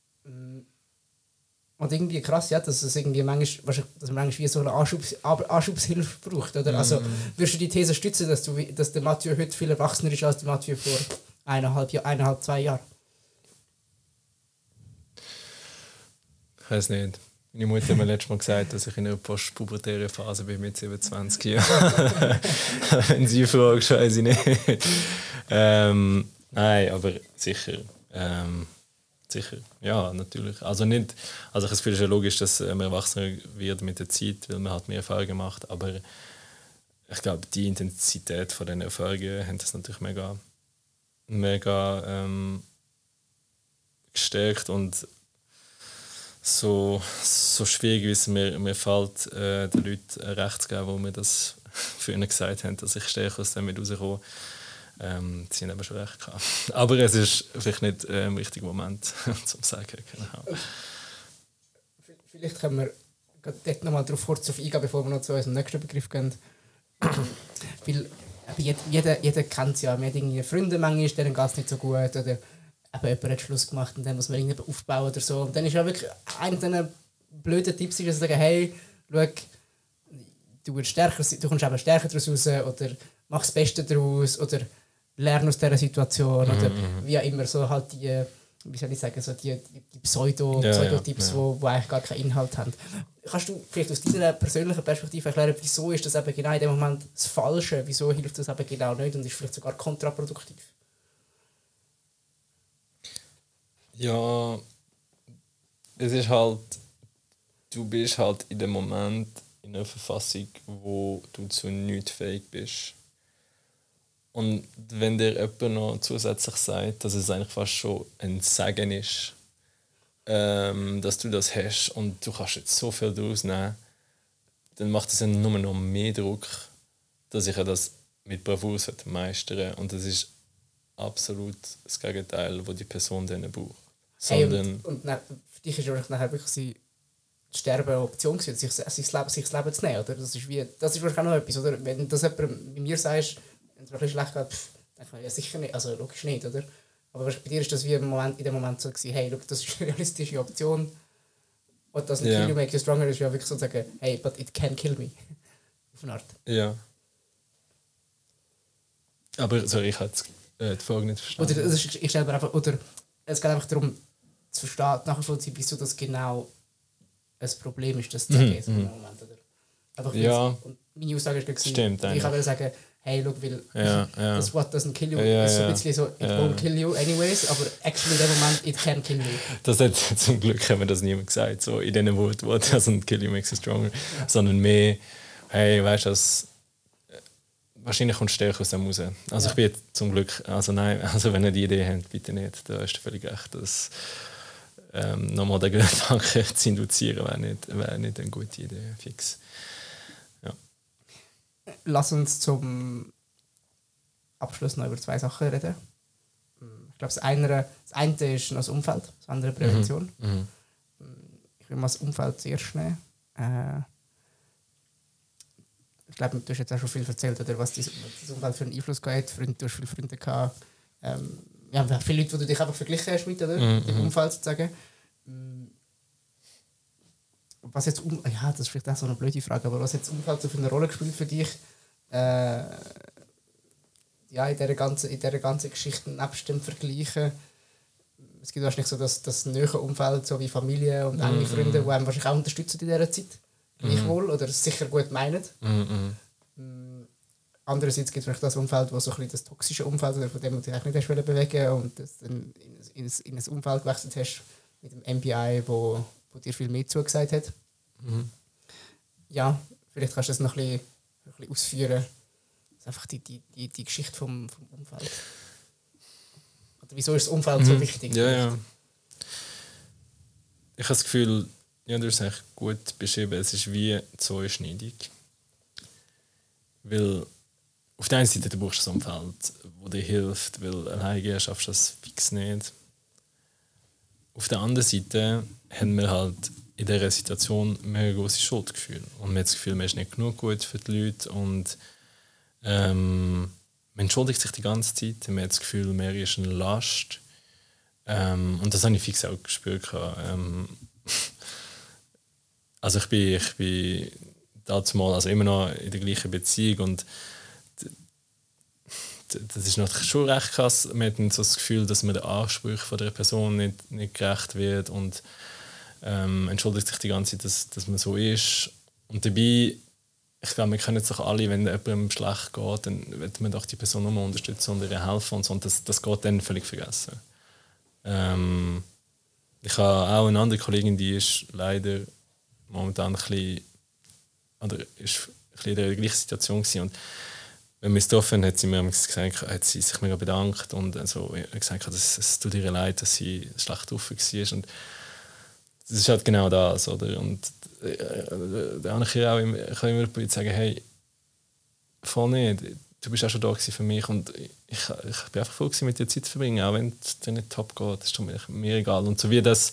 Und irgendwie krass, ja, dass es irgendwie manchmal, dass man manchmal wie so eine Anschubs, Anschubshilfe braucht, oder? Mm. Also würdest du die These stützen, dass, du, dass der Mathieu heute viel erwachsener ist als der Mathieu vor eineinhalb, eineinhalb zwei Jahren? Ich weiß nicht. Meine Mutter hat mir letztes Mal gesagt, dass ich in einer postpubertären Phase bin mit siebenundzwanzig Jahren. Wenn sie fragt, weiß ich nicht. ähm, nein, aber sicher. Ähm, Sicher, ja, natürlich. Also nicht, also ich finde es ja logisch, dass man erwachsener wird mit der Zeit, weil man halt mehr Erfahrungen gemacht. Aber ich glaube, die Intensität von den Erfahrungen hat das natürlich mega, mega ähm, gestärkt und so, so schwierig, wie es mir, mir fällt, äh, den Leuten recht zu geben, wo mir das für ihn gesagt haben, dass ich stärker aus dem mit rauskomme. Ähm, sie haben aber schon recht gehabt. Aber es ist vielleicht nicht äh, im richtigen Moment, zum sagen. Genau. Vielleicht können wir dort nochmal darauf kurz auf eingehen, bevor wir noch zu unserem nächsten Begriff gehen. Weil jeder, jeder, jeder kennt es ja. Man hat irgendwie Freunde, manchmal, denen geht es nicht so gut. Oder eben jemand hat Schluss gemacht und dann muss man irgendwie aufbauen oder so. Und dann ist ja wirklich einer dieser blöden Tipps, dass sie sagen, hey, schau, du, wirst stärker, du kommst eben stärker daraus raus oder mach das Beste daraus oder lerne aus dieser Situation oder Mhm. wie auch immer, so halt die, wie soll ich sagen, so die, die Pseudo, Ja, Pseudo-Tipps, ja. Wo, wo eigentlich gar keinen Inhalt haben. Kannst du vielleicht aus deiner persönlichen Perspektive erklären, wieso ist das eben genau in dem Moment das Falsche, wieso hilft das eben genau nicht und ist vielleicht sogar kontraproduktiv? Ja, es ist halt, du bist halt in dem Moment in einer Verfassung, wo du zu nichts fähig bist. Und wenn dir jemand noch zusätzlich sagt, dass es eigentlich fast schon ein Segen ist, ähm, dass du das hast und du kannst jetzt so viel daraus nehmen, dann macht es dann nur noch mehr Druck, dass ich das mit Bravour meistern sollte. Und das ist absolut das Gegenteil, was die Person dann braucht. Hey, Sondern, und und dann, für dich ist wahrscheinlich nachher wirklich sie- das Sterben eine Option gewesen, sich, sich, das Leben, sich das Leben zu nehmen. Oder? Das ist, wie, das ist wahrscheinlich auch noch etwas. Oder? Wenn das jemand bei mir sagst, wenn es mir ein bisschen schlecht geht, pff, dann kann ich ja sicher nicht. Also logisch nicht, oder? Aber bei dir ist das wie im Moment, in dem Moment so gewesen, hey, look, das ist eine realistische Option. What doesn't Ja. kill you make you stronger ist ja wirklich so zu sagen, hey, but it can kill me. Auf eine Art. ja. Aber sorry, ich habe äh, die Frage nicht verstanden. Oder, das ist, ich stelle mir einfach, oder es geht einfach darum, zu verstehen, nachvollziehen, wieso das genau ein Problem ist, das zu sagen, Mhm, im Moment, oder? Einfach Ja. jetzt- Und meine Aussage ist gewesen, Stimmt, ich kann sagen, hey, look, weil Ja, ja. das What doesn't kill you Ja, ist so ja. ein bisschen so, it Ja. won't kill you anyways, aber actually in dem Moment, it can kill you. Das hat zum Glück haben wir das niemand gesagt, so in diesen Worten, what doesn't kill you makes you stronger, sondern mehr, hey, weißt du, das, äh, wahrscheinlich kommt stärker aus dem raus. Also Ja. ich bin jetzt zum Glück, also nein, also wenn ihr die Idee habt, bitte nicht, da hast du völlig recht, dass ähm, nochmal den Gedanken zu induzieren, wäre nicht, wäre nicht eine gute Idee, fix. Lass uns zum Abschluss noch über zwei Sachen reden. Ich glaube, das eine, das eine ist noch das Umfeld, das andere Prävention. Mhm. Ich will mal das Umfeld zuerst nehmen. Äh, ich glaube, du hast jetzt auch schon viel erzählt, oder was das Umfeld für einen Einfluss hat. Freunde, du hast viele Freunde gehabt. Ähm, ja, viele Leute, die du dich einfach verglichen hast mit, oder? Mhm. Mit dem Umfeld sozusagen. Mm. Was jetzt um ja, das ist vielleicht auch so eine blöde Frage, aber was jetzt das Umfeld so für eine Rolle gespielt für dich? Äh, ja, in dieser ganzen, in dieser ganzen Geschichte nebst dem Vergleichen. Es gibt wahrscheinlich so das, das nahe Umfeld, so wie Familie und enge Mhm. Freunde, die einem wahrscheinlich auch unterstützen in dieser Zeit. Gleichwohl, oder es sicher gut meinen. Mhm. Mm, Andererseits gibt es vielleicht das Umfeld, wo so ein bisschen das toxische Umfeld, oder von dem du dich eigentlich nicht hast bewegen und das dann in, in, in ein Umfeld gewechselt hast mit dem M B I, wo, wo dir viel mehr zugesagt hat. Mhm. Ja, vielleicht kannst du das noch ein bisschen, ein bisschen ausführen. Das ist einfach die, die, die, die Geschichte vom, vom Umfeld. Oder wieso ist das Umfeld so wichtig? Ja, ja. Ich habe das Gefühl, ja, du hast es eigentlich gut beschrieben, es ist wie Zweischneidung. Weil auf der einen Seite du brauchst du ein Umfeld, das dir hilft, weil alleine schaffst du das fix nicht. Auf der anderen Seite haben wir halt in dieser Situation mehr große Schuldgefühle. Und man hat das Gefühl, man ist nicht genug gut für die Leute. Und ähm, man entschuldigt sich die ganze Zeit. Man hat das Gefühl, man ist eine Last. Ähm, und das habe ich fix auch gespürt. Ähm, also ich bin, ich bin dazu mal also immer noch in der gleichen Beziehung und das ist natürlich schon recht krass. Man hat so das Gefühl, dass man den Ansprüchen von der Person nicht, nicht gerecht wird und ähm, entschuldigt sich die ganze Zeit, dass, dass man so ist. Und dabei, ich glaube, wir kennen es doch alle, wenn jemandem schlecht geht, dann wird man doch die Person nur unterstützen und ihr helfen und so. Und das, das geht dann völlig vergessen. Ähm, ich habe auch eine andere Kollegin, die ist leider momentan ein bisschen, oder ist ein bisschen in der gleichen Situation gewesen. Und wenn wir es getroffen haben, hat sie mir gesagt, hat sie sich mega bedankt und also, gesagt, dass es tut ihr leid, dass sie schlecht drauf war. Und das ist halt genau das, oder? Und äh, da habe ich ihr auch immer, ich kann immer sagen, hey, voll nicht. Du bist auch schon da für mich und ich, ich bin einfach froh gewesen, mit dir Zeit zu verbringen, auch wenn es dir nicht top geht, das ist mir, mir egal. Und so wie das,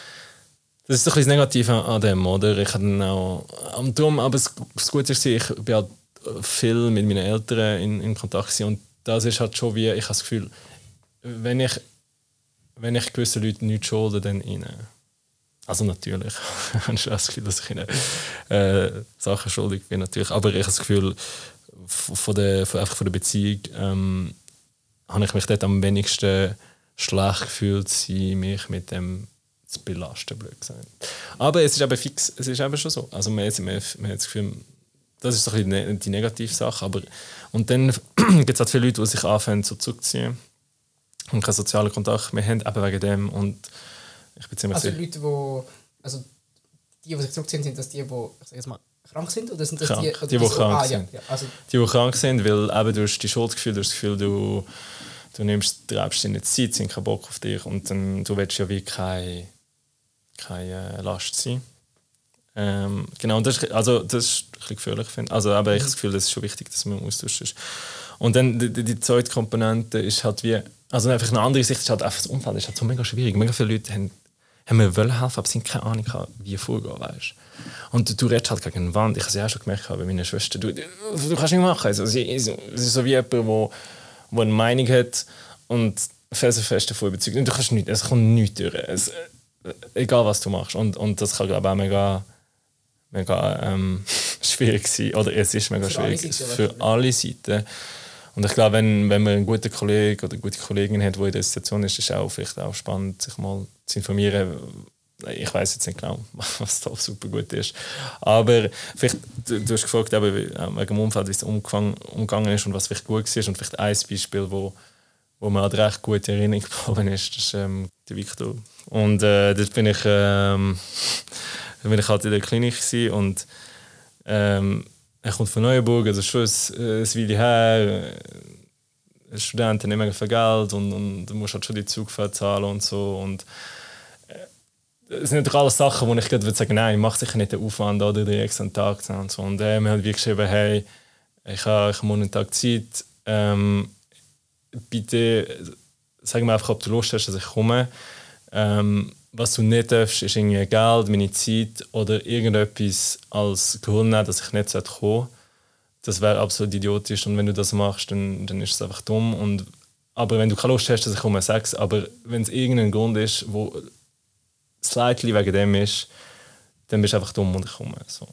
das ist so ein bisschen das Negative an dem, oder? Ich habe dann auch am Drum, aber das, das Gute ist, ich bin halt viel mit meinen Eltern in, in Kontakt gewesen, und das ist halt schon wie, ich habe das Gefühl, wenn ich, wenn ich gewissen Leuten nichts schulde, dann ihnen. Also natürlich, ich habe schon das Gefühl, dass ich ihnen äh, Sachen schuldig bin, natürlich. Aber ich habe das Gefühl, von der, von, einfach von der Beziehung ähm, habe ich mich dort am wenigsten schlecht gefühlt, sie mich mit dem zu belasten, blöd gesagt. Aber es ist eben fix, es ist eben schon so. Also man, man, man hat das Gefühl, das ist so ein bisschen die Negativsache. Aber, und dann gibt es halt viele Leute, die sich anfangen zu zurückziehen und keinen sozialen Kontakt mehr haben, eben wegen dem. Und ich bin ziemlich also sicher, Leute, die, also die, die sich zurückziehen, sind das die, die, ich sage jetzt mal, krank sind? Oder sind das krank. die, die, die, die krank ah, sind? Ja, ja, also die, die krank sind, weil eben du hast die Schuldgefühl, du hast das Gefühl, du, du nimmst, treibst dir nicht Zeit, sind keinen Bock auf dich und dann, du willst ja wie keine, keine Last sein. Ähm, genau, und das ist, also, das ist ein bisschen gefährlich, finde ich. Also, aber ich habe das Gefühl, das ist schon wichtig, dass man im Austausch ist. Und dann die, die, die zweite Komponente ist halt wie, also einfach eine andere Sicht ist halt einfach, das Umfeld ist halt so mega schwierig. Mega viele Leute haben, haben mir wollen helfen, aber sie haben keine Ahnung, wie vorgehen, weißt. Und du redest halt gegen eine Wand. Ich habe es ja auch schon gemerkt bei meiner Schwester. Du, du, du kannst nicht machen. Also, sie ist, sie ist so wie jemand, der wo, wo eine Meinung hat und felsenfest davon überzeugt. Und du kannst nichts, es kommt nichts durch. Es, egal, was du machst. Und, und das kann, glaube ich, auch mega, mega ähm, schwierig sein. Oder es ist mega für schwierig alle Seiten, für alle Seiten. Und ich glaube, wenn, wenn man einen guten Kollegen oder eine gute Kollegin hat, die in der Situation ist, ist es auch vielleicht auch spannend, sich mal zu informieren. Ich weiß jetzt nicht genau, was da super gut ist. Aber vielleicht, du, du hast gefragt, eben, wegen dem Umfeld, wie es umgegangen ist und was vielleicht gut war. Und vielleicht ein Beispiel, wo, wo mir halt recht gut in Erinnerung geblieben ist, das ist ähm, der Victor. Und äh, dort bin ich, ähm, bin ich halt in der Klinik gewesen und ähm, er kommt von Neuenburg, also schon ein, ein Weile her. Ein Student hat nicht mehr viel Geld und, und du musst halt schon die Zugfahrt zahlen und so. Und es sind natürlich alles Sachen, wo ich gerade würde sagen, nein, mach sicher nicht den Aufwand oder den extra Tag und so. Und er hat wie geschrieben, hey, ich habe, ich habe morgen einen Tag Zeit, ähm, bitte sag mir einfach, ob du Lust hast, dass ich komme. Ähm, was du nicht darfst, ist irgendwie Geld, meine Zeit oder irgendetwas als Grund nehmen, dass ich nicht kommen sollte. Das wäre absolut idiotisch und wenn du das machst, dann, dann ist es einfach dumm. Und, aber wenn du keine Lust hast, dass ich komme, sag es. Aber wenn es irgendein Grund ist, wo slightly wegen dem ist, dann bist du einfach dumm und ich komme. So.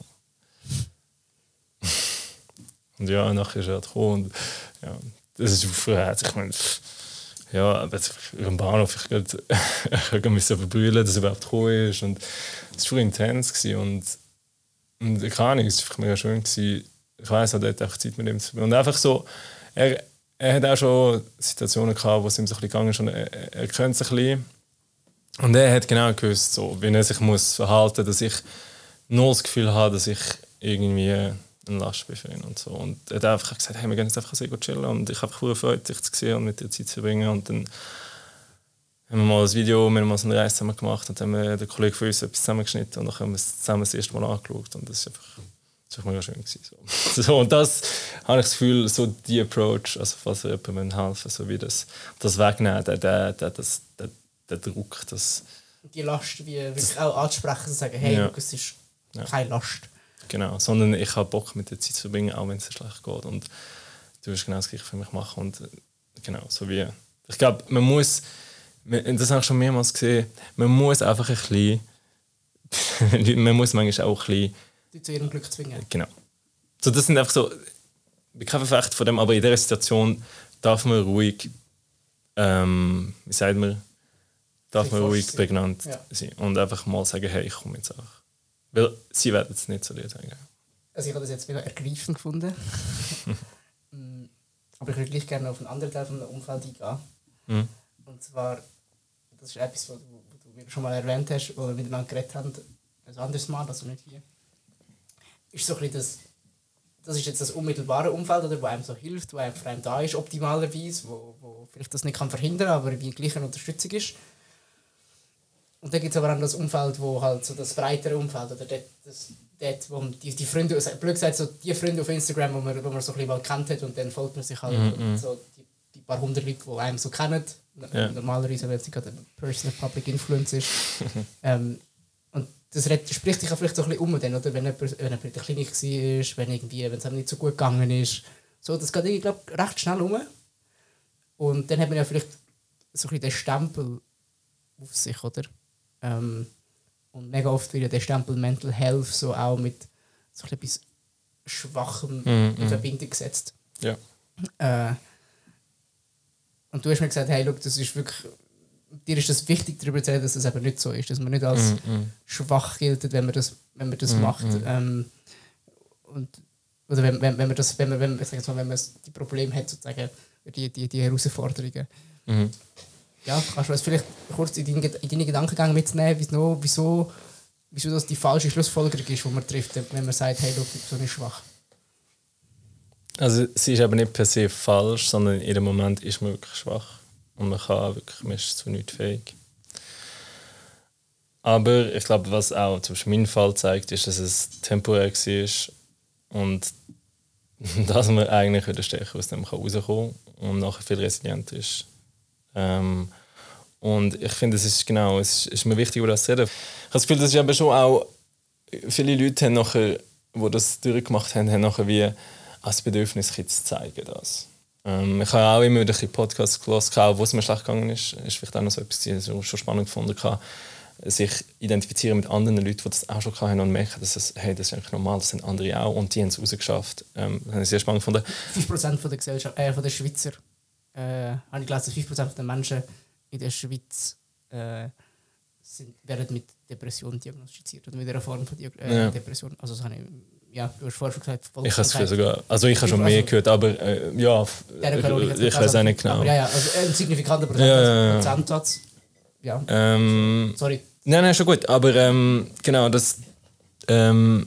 Und ja, nachher ist er halt gekommen und ja, das ist aufgeregt. Ich meine, ja, aber am Bahnhof, ich musste verbrüllen, dass er überhaupt gekommen ist. Und es war schon intens. Gewesen. Und, und keine Ahnung, es war einfach mega schön. Gewesen. Ich weiss, er hat einfach Zeit mit ihm zu verbringen. Und einfach so, er, er hat auch schon Situationen gehabt, wo es ihm so ein bisschen gegangen ist. Und er, er kennt sich ein bisschen. Und er hat genau gewusst, so, wie er sich muss verhalten muss, dass ich nur das Gefühl habe, dass ich irgendwie eine Last bin für ihn und so. Und er hat einfach gesagt, hey, wir gehen jetzt einfach sehr gut chillen. Und ich habe mich gefreut, dich zu sehen und mit dir Zeit zu verbringen. Und dann haben wir mal ein Video, wir haben mal so eine Reise zusammen gemacht und dann haben wir den Kollegen von uns etwas zusammengeschnitten und dann haben wir es zusammen das erste Mal angeschaut. Und das war einfach, einfach mega schön gewesen, so. So, und das habe ich das Gefühl, so die Approach, also falls wir jemandem helfen, so wie das, das wegnehmen, der, der, der, das, der, der Druck, das... Die Last wie wirklich auch anzusprechen und sagen, hey, ja. es ist Ja. keine Last. Genau, sondern ich habe Bock, mit der Zeit zu verbringen, auch wenn es schlecht geht. Und du wirst genau das Gleiche für mich machen. Und genau, so wie... Ich glaube, man muss... Das habe ich schon mehrmals gesehen. Man muss einfach ein bisschen... man muss manchmal auch ein bisschen... Die zu ihrem Glück zwingen. Genau. So, das sind einfach so... Ich bin kein Verfechter von dem, aber in dieser Situation darf man ruhig... Ähm, wie sagt man? Darf man ruhig sein. Prägnant ja. sein. Und einfach mal sagen, hey, ich komme jetzt auch. Weil sie werden es nicht zu dir sagen. Also ich habe das jetzt wieder ergreifend gefunden. Aber ich würde gleich gerne auf einen anderen Teil vom Umfeld eingehen. Mhm. Und zwar, das ist etwas, was du, was du mir schon mal erwähnt hast, wo wir miteinander geredet haben, ein anderes Mal, also nicht hier. Ist so ein bisschen das, das ist jetzt das unmittelbare Umfeld, oder, wo einem so hilft, wo einem für einen da ist, optimalerweise, wo, wo vielleicht das nicht kann verhindern kann, aber wie gleich eine Unterstützung ist. und dann gibt es aber auch das Umfeld, wo halt so das breitere Umfeld, oder dort, das, dort, wo man die, die Freunde, blöd gesagt, so die Freunde auf Instagram, wo man, wo man so ein bisschen mal kennt hat und dann folgt man sich halt mm-hmm. so die, die paar hundert Leute, die einem so kennen, ja. normalerweise, wenn es gerade ein Person of Public Influence ist. ähm, und das spricht sich ja vielleicht so ein bisschen um, dann, oder? Wenn jemand, wenn jemand in der Klinik war, wenn, irgendwie, wenn es einem nicht so gut gegangen ist. So, das geht irgendwie, glaub, recht schnell um. Und dann hat man ja vielleicht so ein bisschen den Stempel auf sich, oder? Ähm, und mega oft wird ja der Stempel Mental Health so auch mit so etwas Schwachem mm, in Verbindung gesetzt. Ja. Äh, und du hast mir gesagt, hey, look, das ist wirklich, dir ist das wichtig, darüber zu reden, dass das eben nicht so ist, dass man nicht als mm, mm. schwach gilt, wenn man das, wenn man das mm, macht. Mm. Ähm, und, oder wenn, wenn, wenn man das, wenn man, wenn, sag mal, wenn man die Probleme hat, sozusagen, die, die, die Herausforderungen. Mm. Ja, kannst du uns vielleicht kurz in deinen, in deinen Gedankengänge mitnehmen, wieso, wieso, wieso das die falsche Schlussfolgerung ist, die man trifft, wenn man sagt, hey, look, die Person ist schwach? Also sie ist aber nicht per se falsch, sondern in dem Moment ist man wirklich schwach. Und man kann wirklich, man ist zu nichts fähig. Aber ich glaube, was auch zum Beispiel mein Fall zeigt, ist, dass es temporär war und dass man eigentlich wieder stärker aus dem rauskommen kann und nachher viel resilienter ist. Ähm, und ich finde, es ist genau, es ist, ist mir wichtig, über das zu reden. Ich habe das Gefühl, dass ich aber schon auch viele Leute haben nachher, die das durchgemacht haben, haben nachher wie als Bedürfnis zu zeigen das. Ähm, ich habe auch immer wieder Podcasts gehört, wo es mir schlecht gegangen ist. Das ist vielleicht auch noch so etwas, das ich schon spannend gefunden habe. Sich identifizieren mit anderen Leuten, die das auch schon hatten und merken, dass das, hey, das ist eigentlich normal, das sind andere auch und die haben es rausgeschafft. Ähm, das habe ich sehr spannend gefunden. fünf Prozent von der Gesellschaft, äh, von der Schweizer, äh, habe ich gelesen, fünf Prozent der Menschen in der Schweiz äh, sind, werden mit Depressionen diagnostiziert oder mit einer Form von Diag- äh, ja. Depression. Also das habe ich, ja, du hast vorher schon gesagt, ich habe es sogar, also ich habe schon mehr gehört, aber äh, ja, ja ich, ich weiß auch nicht genau. Aber ja, ja, also ein signifikanter Prozentsatz. Ja, ja. Ja. Ähm, Sorry. Nein, nein, schon gut, aber ähm, genau, das ähm,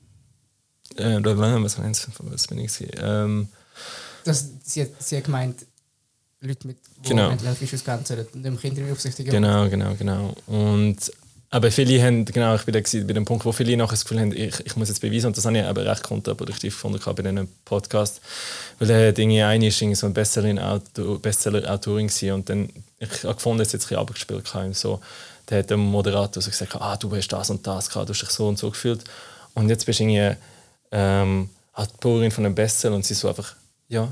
äh, was meinst du, was bin ich ähm, das, sie, hat, sie hat gemeint, Leute mit genau. Mental Health Issues sollen dem Kinder beaufsichtigen. Genau, genau, genau. Und aber viele haben, genau, ich bin da bei dem Punkt, wo viele nachher das Gefühl haben, ich, ich muss jetzt beweisen, und das habe ich aber recht kontraproduktiv gefunden bei diesem Podcast, weil er Dinge eine ist, so eine Bestseller-Autorin Bestseller und dann, ich habe gefunden, dass jetzt ein bisschen abgespielt habe, so, da hat der Moderator so gesagt, ah, du hast das und das gehabt, du hast dich so und so gefühlt und jetzt bist du irgendwie ähm, halt die Bauerin von einem Bestseller und sie so einfach, ja,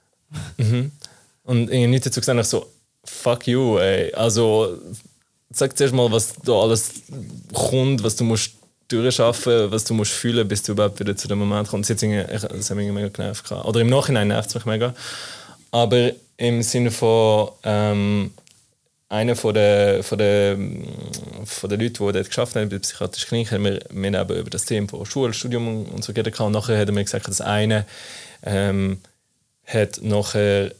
mhm. Und irgendwie nicht dazu gesagt, so, fuck you, ey, also sag zuerst mal, was da alles kommt, was du musst durchschaffen, was du musst fühlen, bis du überhaupt wieder zu dem Moment kommst. Das hat mich mega genervt. Oder im Nachhinein nervt es mich mega. Aber im Sinne von ähm, einer von der, von der, von der Leute, die dort geschafft haben, bei der psychiatrischen Klinik, haben wir, wir haben über das Thema von Schule, Studium und so geredet. Und nachher hat er mir gesagt, dass eine ähm, hat nachher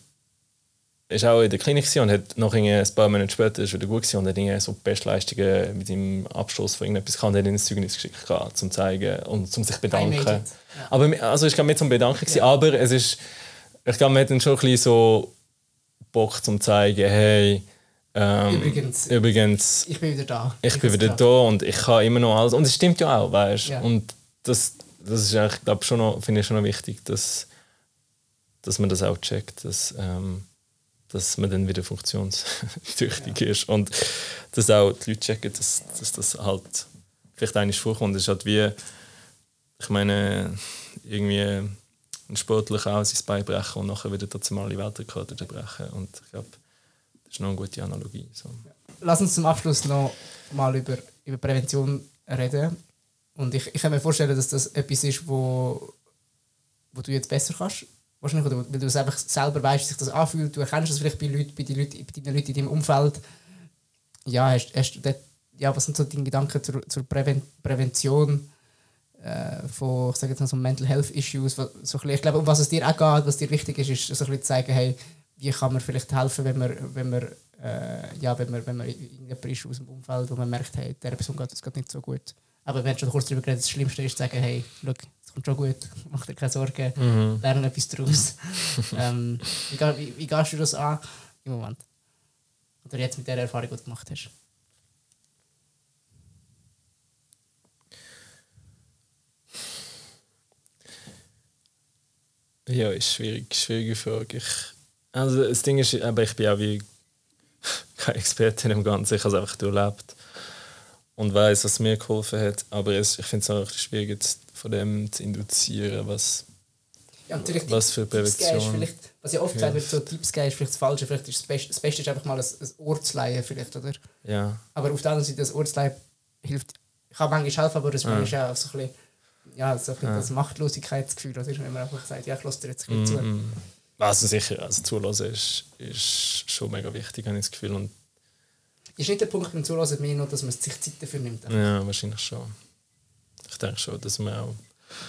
ist auch in der Klinik und hat noch ein paar Monate später ist wieder gut gewesen und hat so Bestleistungen mit dem Abschluss von irgendetwas gehabt und hat ins Zeugnis geschickt, um zu zeigen und um sich zu bedanken. Ja. Aber also ich glaube nicht zum Bedanken, ja. aber es ist, ich glaube, man hat dann schon ein bisschen so Bock zum zeigen, hey, ähm, übrigens, übrigens, ich bin wieder da. Ich, ich bin wieder da und ich kann immer noch alles. Und es stimmt ja auch, weißt du? Ja. Und das, das ist eigentlich, glaube schon noch, finde ich schon noch wichtig, dass, dass man das auch checkt, dass ähm, dass man dann wieder funktionstüchtig ja. ist und dass auch die Leute checken, dass, dass das halt vielleicht einmal vorkommt. Es ist halt wie, ich meine, irgendwie ein Sportler auch sein Bein brechen und nachher wieder trotzdem alle Weltrekorde brechen. Und ich glaube, das ist noch eine gute Analogie. So. Lass uns zum Abschluss noch mal über, über Prävention reden. Und ich, ich kann mir vorstellen, dass das etwas ist, wo, wo du jetzt besser kannst. Wahrscheinlich, weil du es einfach selber weißt, wie sich das anfühlt. Du erkennst das vielleicht bei, Leuten, bei, den Leuten, bei deinen Leuten in deinem Umfeld. Ja, hast, hast du dort, ja, was sind so deine Gedanken zur, zur Präven- Prävention äh, von, ich sage jetzt mal so Mental Health Issues? Was, so ein bisschen, ich glaube, um was es dir auch geht, was dir wichtig ist, ist so ein bisschen zu zeigen, hey, wie kann man vielleicht helfen, wenn man, wenn man, äh, ja, wenn man, wenn man irgendjemand ist aus dem Umfeld, wo man merkt, hey, der Person geht es nicht so gut. Aber wenn du schon kurz darüber geredet, das Schlimmste ist zu sagen, hey, schau, es kommt schon gut, mach dir keine Sorgen, mhm. lerne etwas daraus. ähm, wie, wie, wie gehst du das an im Moment? Oder jetzt mit der Erfahrung, die du gemacht hast? Ja, ist schwierig, schwierige Frage. Ich, also das Ding ist, aber ich bin auch wie kein Experte in dem Ganzen, ich habe es einfach durchlebt und weiß, was mir geholfen hat. Aber es, ich finde es auch schwierig, jetzt von dem zu induzieren, was, ja, was für Prävention. Vielleicht, was ja oft gesagt wird, so Tipps geben ist vielleicht das Falsche. Vielleicht ist das Beste, das Beste ist einfach mal ein, ein Ohr zu leihen, vielleicht, oder? Ja. Aber auf der anderen Seite, das Ohr zu leihen hilft, kann manchmal helfen, aber das ja. ist auch so ein bisschen, ja, so ein bisschen ja. das Machtlosigkeitsgefühl, oder? Wenn man einfach sagt, ja, ich lasse dir jetzt ein bisschen mm-hmm. zu. Also sicher, also Zuhören ist, ist schon mega wichtig, habe ich das Gefühl. Und ist nicht der Punkt beim Zuhören mehr noch, dass man sich Zeit dafür nimmt? Einfach. Ja, wahrscheinlich schon. Ich denke schon, dass man auch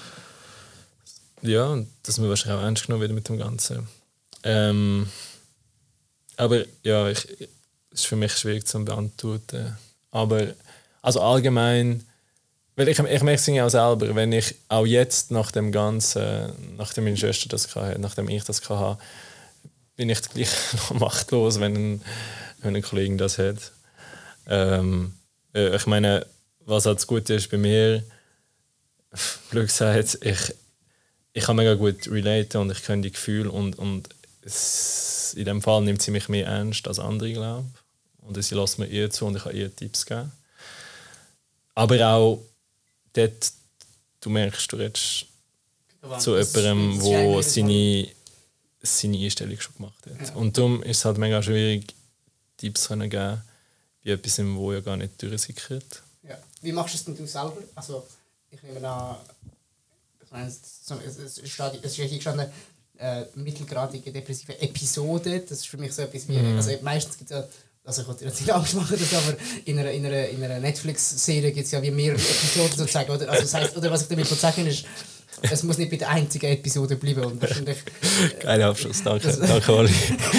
ja, dass man wahrscheinlich auch ernst genommen wird mit dem Ganzen. Ähm, aber ja, ich, es ist für mich schwierig zu beantworten. Aber also allgemein, weil ich, ich merke es auch selber, wenn ich auch jetzt nach dem Ganzen, nachdem meine Schwester das hatte, nachdem ich das hatte, bin ich gleich noch machtlos, wenn ein, wenn ein Kollege das hat. Ähm, ich meine, was halt das Gute ist bei mir, blöd gesagt, ich, ich kann mega gut relaten und ich kenne die Gefühle und, und es, in dem Fall nimmt sie mich mehr ernst als andere, glaube ich. Und sie lässt mir ihr zu und ich kann ihr Tipps geben. Aber auch dort, du merkst, du redest zu jemandem, der seine, seine Einstellung schon gemacht hat. Ja. Und darum ist es halt mega schwierig, Tipps zu geben, bei etwas, wo ja gar nicht durchsickert. Ja. Wie machst du es denn du selber? Also, ich nehme an, ich meine, es, es, es ist ja hier gestanden, äh, mittelgradige depressive Episode. Das ist für mich so etwas wie, mm. also meistens gibt es ja, also ich wollte dir jetzt nicht Angst machen, das, aber in einer, in einer, in einer Netflix-Serie gibt es ja wie mehrere Episoden sozusagen. Oder, also das heisst, oder was ich damit sagen ist, es muss nicht bei der einzigen Episode bleiben. Und wahrscheinlich, äh, Geiler Abschluss, danke, das, danke Oli.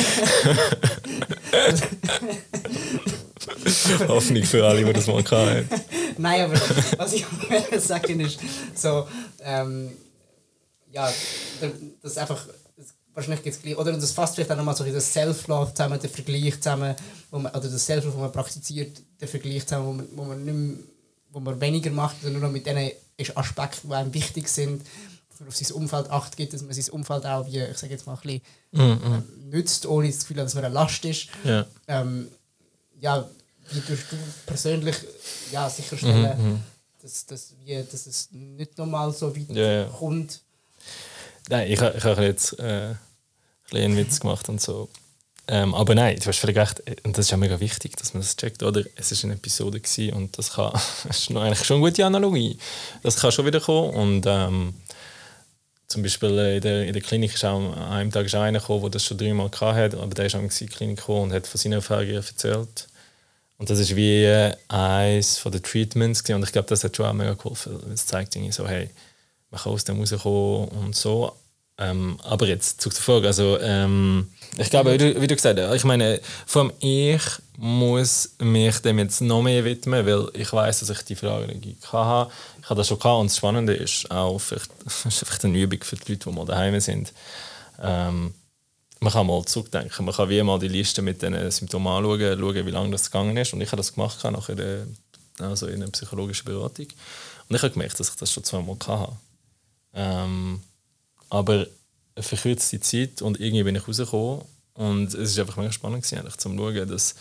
Hoffnung für alle, die das mal hatten. Nein, aber was ich sagen ist, so, ähm, ja, das ist einfach, das, wahrscheinlich gibt es gleich, oder das fasst vielleicht auch nochmal so das Self-Love zusammen, der Vergleich zusammen, wo man, oder das Self-Love, wo man praktiziert, der Vergleich zusammen, wo man, wo man, nicht mehr, wo man weniger macht, sondern nur noch mit den Aspekten, die einem wichtig sind, dass man auf sein Umfeld Acht gibt, dass man sein Umfeld auch, wie ich sage jetzt mal, ein bisschen mm-hmm. ähm, nützt, ohne das Gefühl, dass man eine Last ist. Ja. Ähm, ja, wie tust du persönlich ja, sicherstellen, mm-hmm. dass, dass, wie, dass es nicht nochmal so weit ja, ja. kommt? Nein, ich, ich habe jetzt äh, einen Witz gemacht und so. Ähm, aber nein, du hast völlig recht. Und das ist ja mega wichtig, dass man das checkt, oder? Es war eine Episode gewesen und das, kann, das ist noch eigentlich schon eine gute Analogie. Das kann schon wieder kommen. Und ähm, zum Beispiel in der, in der Klinik ist auch an einem Tag ist auch einer gekommen, der das schon dreimal hatte, aber der ist auch in die Klinik gekommen und hat von seinen Erfahrungen erzählt. Und das ist wie äh, eines von den Treatments gewesen. Und ich glaube, das hat schon auch mega geholfen. Es zeigt irgendwie so, hey, man kann aus dem rauskommen und so. Ähm, aber jetzt zurück zur Frage. Also, ähm, ich glaube, wie du, wie du gesagt hast, ich meine, vor allem ich muss mich dem jetzt noch mehr widmen, weil ich weiss, dass ich die Frage hatte. Ich habe das schon gehabt und das Spannende ist auch, vielleicht, das ist vielleicht eine Übung für die Leute, die mal daheim sind. Ähm, man kann mal zurückdenken, man kann wie mal die Liste mit den Symptomen anschauen, schauen, wie lange das gegangen ist. Und ich habe das gemacht, nachher der, also in einer psychologischen Beratung. Und ich habe gemerkt, dass ich das schon zweimal hatte. Ähm, aber eine verkürzte Zeit und irgendwie bin ich rausgekommen und es war einfach mega spannend gewesen, eigentlich, zum schauen, dass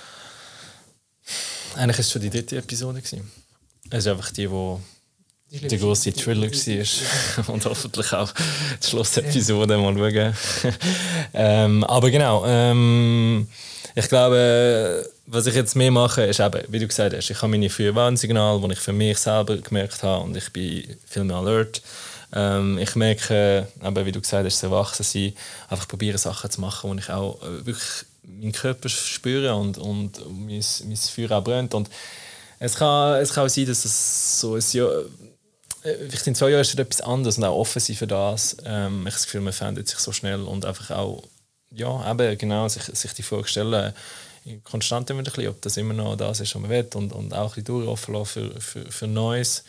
eigentlich ist es schon die dritte Episode gewesen. Es ist einfach die, wo die, die grosse Thriller war und hoffentlich auch die Schlussepisode mal schauen. ähm, aber genau, ähm, ich glaube, was ich jetzt mehr mache, ist eben, wie du gesagt hast, ich habe meine vier Warnsignale, die ich für mich selber gemerkt habe und ich bin viel mehr alert. Ähm, ich merke, eben, wie du gesagt hast, das Erwachsensein, einfach probieren Sachen zu machen, wo ich auch äh, wirklich meinen Körper spüre und, und mein, mein Feuer auch brennt. Und es kann, es kann auch sein, dass es so ein Jahr, vielleicht in zwei Jahren ist es etwas anderes und auch offen sein für das. Ähm, ich habe das Gefühl, man verändert sich so schnell und einfach auch, ja, eben genau, sich, sich die Frage stellen, konstant immer ein bisschen, ob das immer noch das ist, was man will und, und auch ein bisschen durchoffen lassen für, für, für Neues.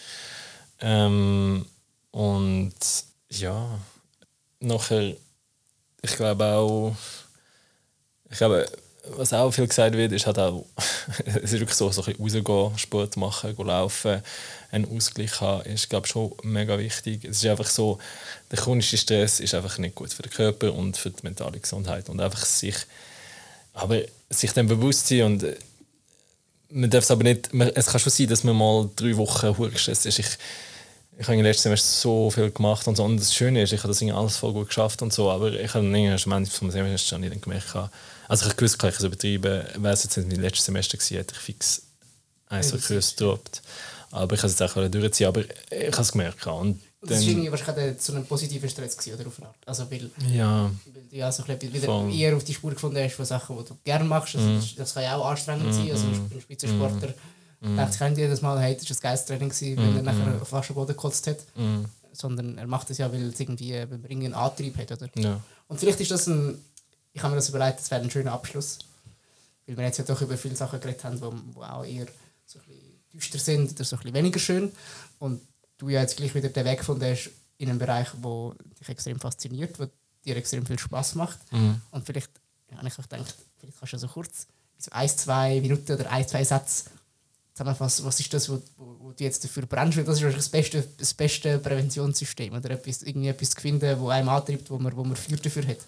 Ähm, Und ja, nachher, ich glaube auch, ich glaube, was auch viel gesagt wird, ist halt auch, es ist wirklich so, so ein bisschen rausgehen, Sport machen, gehen laufen, einen Ausgleich haben, ist, glaube ich, schon mega wichtig. Es ist einfach so, der chronische Stress ist einfach nicht gut für den Körper und für die mentale Gesundheit. Und einfach sich, aber sich dem bewusst sein und man darf es aber nicht, man, es kann schon sein, dass man mal drei Wochen hoch gestresst ist. Ich, ich habe im letzten Semester so viel gemacht und so. Und das Schöne ist, ich habe das alles voll gut geschafft und so, aber ich habe am Ende vom Semester nicht gemerkt, also ich wusste, ich es übertrieben, wäre es jetzt nicht mein letztes Semester gewesen, hätte ich fix einen so Kurs gedroppt. Aber ich habe es jetzt auch durchziehen, aber ich habe es gemerkt. Und das war irgendwie wahrscheinlich so ein positiver Stress gewesen, oder auf eine Art. Also weil, ja, weil du ja so ein bisschen wieder eher auf die Spur gefunden hast von Sachen, die du gerne machst. Das, mm. das kann ja auch anstrengend mm. sein. Also ein Spitzensportler mm. denkt sich nicht jedes Mal, hey, das war ein geiles Training gewesen, weil mm. er nachher auf den Boden gekotzt hat. Mm. Sondern er macht das ja, weil es irgendwie beim Ringen einen Antrieb hat, oder? Ja. Und vielleicht ist das ein, ich habe mir das überlegt, das wäre ein schöner Abschluss. Weil wir jetzt ja doch über viele Sachen geredet haben, die auch eher so ein bisschen düster sind oder so ein bisschen weniger schön. Und du ja jetzt gleich wieder den Weg gefunden hast in einem Bereich, der dich extrem fasziniert, der dir extrem viel Spass macht. Mhm. Und vielleicht ja, habe ich auch gedacht, vielleicht kannst du so kurz, so ein, zwei Minuten oder ein, zwei Sätze zusammenfassen, was ist das, wo, wo, wo du jetzt dafür brennst? Das ist wahrscheinlich das beste, das beste Präventionssystem. Oder etwas, irgendwie etwas zu finden, das einem antreibt, wo man, wo man Feuer dafür hat.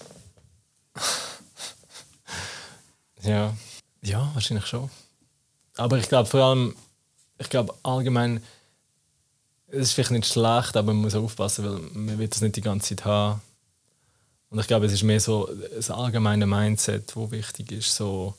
Ja. Ja, wahrscheinlich schon. Aber ich glaube vor allem, ich glaube allgemein, es ist vielleicht nicht schlecht, aber man muss auch aufpassen, weil man will das nicht die ganze Zeit haben. Und ich glaube, es ist mehr so das allgemeine Mindset, das wichtig ist, so,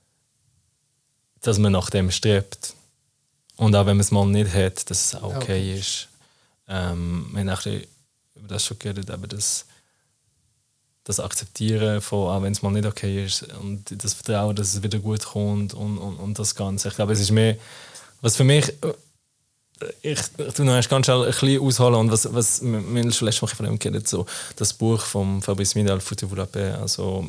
dass man nach dem strebt. Und auch wenn man es mal nicht hat, dass es auch okay, okay. ist. Ähm, wir haben auch über das schon geredet, aber das, das Akzeptieren von, auch wenn es mal nicht okay ist, und das Vertrauen, dass es wieder gut kommt und, und, und das Ganze. Ich glaube, es ist mehr, was für mich, ich, ich tue noch ganz schnell ein bisschen ausholen, und was, was wir haben schon letztes Mal von dem geredet, so das Buch von Fabrice Midal, Foutez-vous la paix, also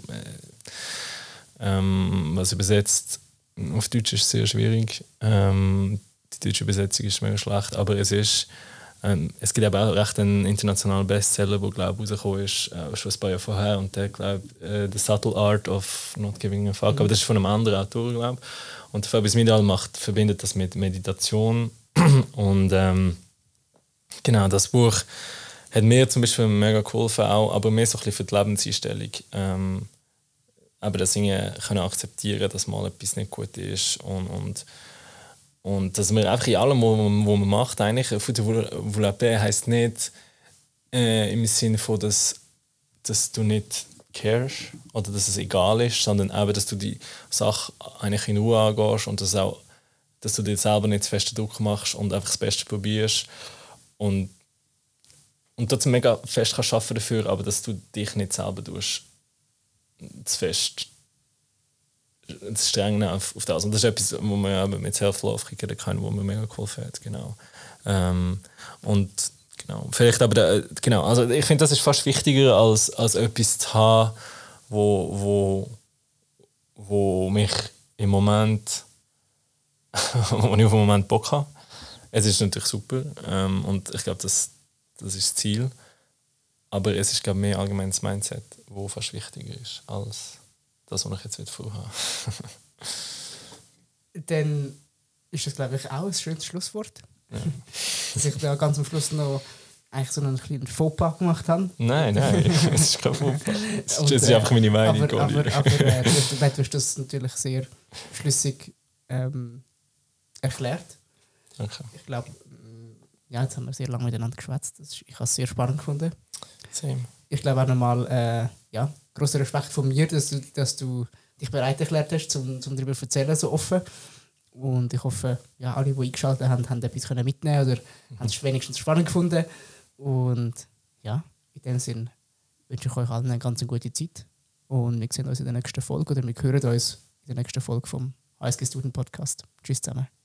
äh, ähm, was übersetzt auf Deutsch ist sehr schwierig. Ähm, die deutsche Übersetzung ist mega schlecht, aber es ist ähm, es gibt aber auch recht einen internationalen Bestseller, der glaube ich rausgekommen ist, äh, schon ein paar Jahre vorher, und der glaube äh, The Subtle Art of Not Giving a Fuck, mhm. aber das ist von einem anderen Autor, glaube ich. Und Fabrice Midal macht verbindet das mit Meditation. Und ähm, genau, das Buch hat mir zum Beispiel mega geholfen, auch, aber mehr so ein bisschen für die Lebenseinstellung. Ähm, aber das Dinge können akzeptieren, dass mal etwas nicht gut ist, und, und, und dass man einfach in allem, was man macht, eigentlich, Foutez-vous la paix heisst nicht äh, im Sinne von, dass, dass du nicht carest oder dass es egal ist, sondern eben, dass du die Sache eigentlich in Ruhe angehst und dass auch dass du dir selber nicht zu festen Druck machst und einfach das Beste probierst. Und, und trotzdem mega fest kannst arbeiten dafür, aber dass du dich nicht selber tust, zu fest zu streng auf, auf das. Und das ist etwas, wo man ja mit Self-Love kriegen kann, wo man mega geholfen hat. Genau. Ähm, und genau, vielleicht aber, der, genau, also ich finde, das ist fast wichtiger, als, als etwas zu haben, wo, wo, wo mich im Moment wo ich auf den Moment Bock habe. Es ist natürlich super, ähm, und ich glaube, das, das ist das Ziel. Aber es ist, glaube ich, mehr allgemeines Mindset, das fast wichtiger ist, als das, was ich jetzt vorhabe. Dann ist das, glaube ich, auch ein schönes Schlusswort. Ja. Dass ich da ganz am Schluss noch eigentlich so einen kleinen Fauxpas gemacht habe. Nein, nein, es ist kein Fauxpas. Das ist, ist einfach meine Meinung. Aber, aber, aber äh, du, du hast das natürlich sehr schlüssig ähm, erklärt. Okay. Ich glaube, ja, jetzt haben wir sehr lange miteinander geschwätzt. Ich habe es sehr spannend gefunden. Same. Ich glaube auch nochmal, äh, ja, grosser Respekt von mir, dass du, dass du dich bereit erklärt hast, um, um darüber zu erzählen, so offen. Und ich hoffe, ja, alle, die eingeschaltet haben, haben etwas mitnehmen oder mhm. haben es wenigstens spannend gefunden. Und ja, in dem Sinne wünsche ich euch allen eine ganz gute Zeit. Und wir sehen uns in der nächsten Folge oder wir hören uns in der nächsten Folge vom H S G Student Podcast. Tschüss zusammen.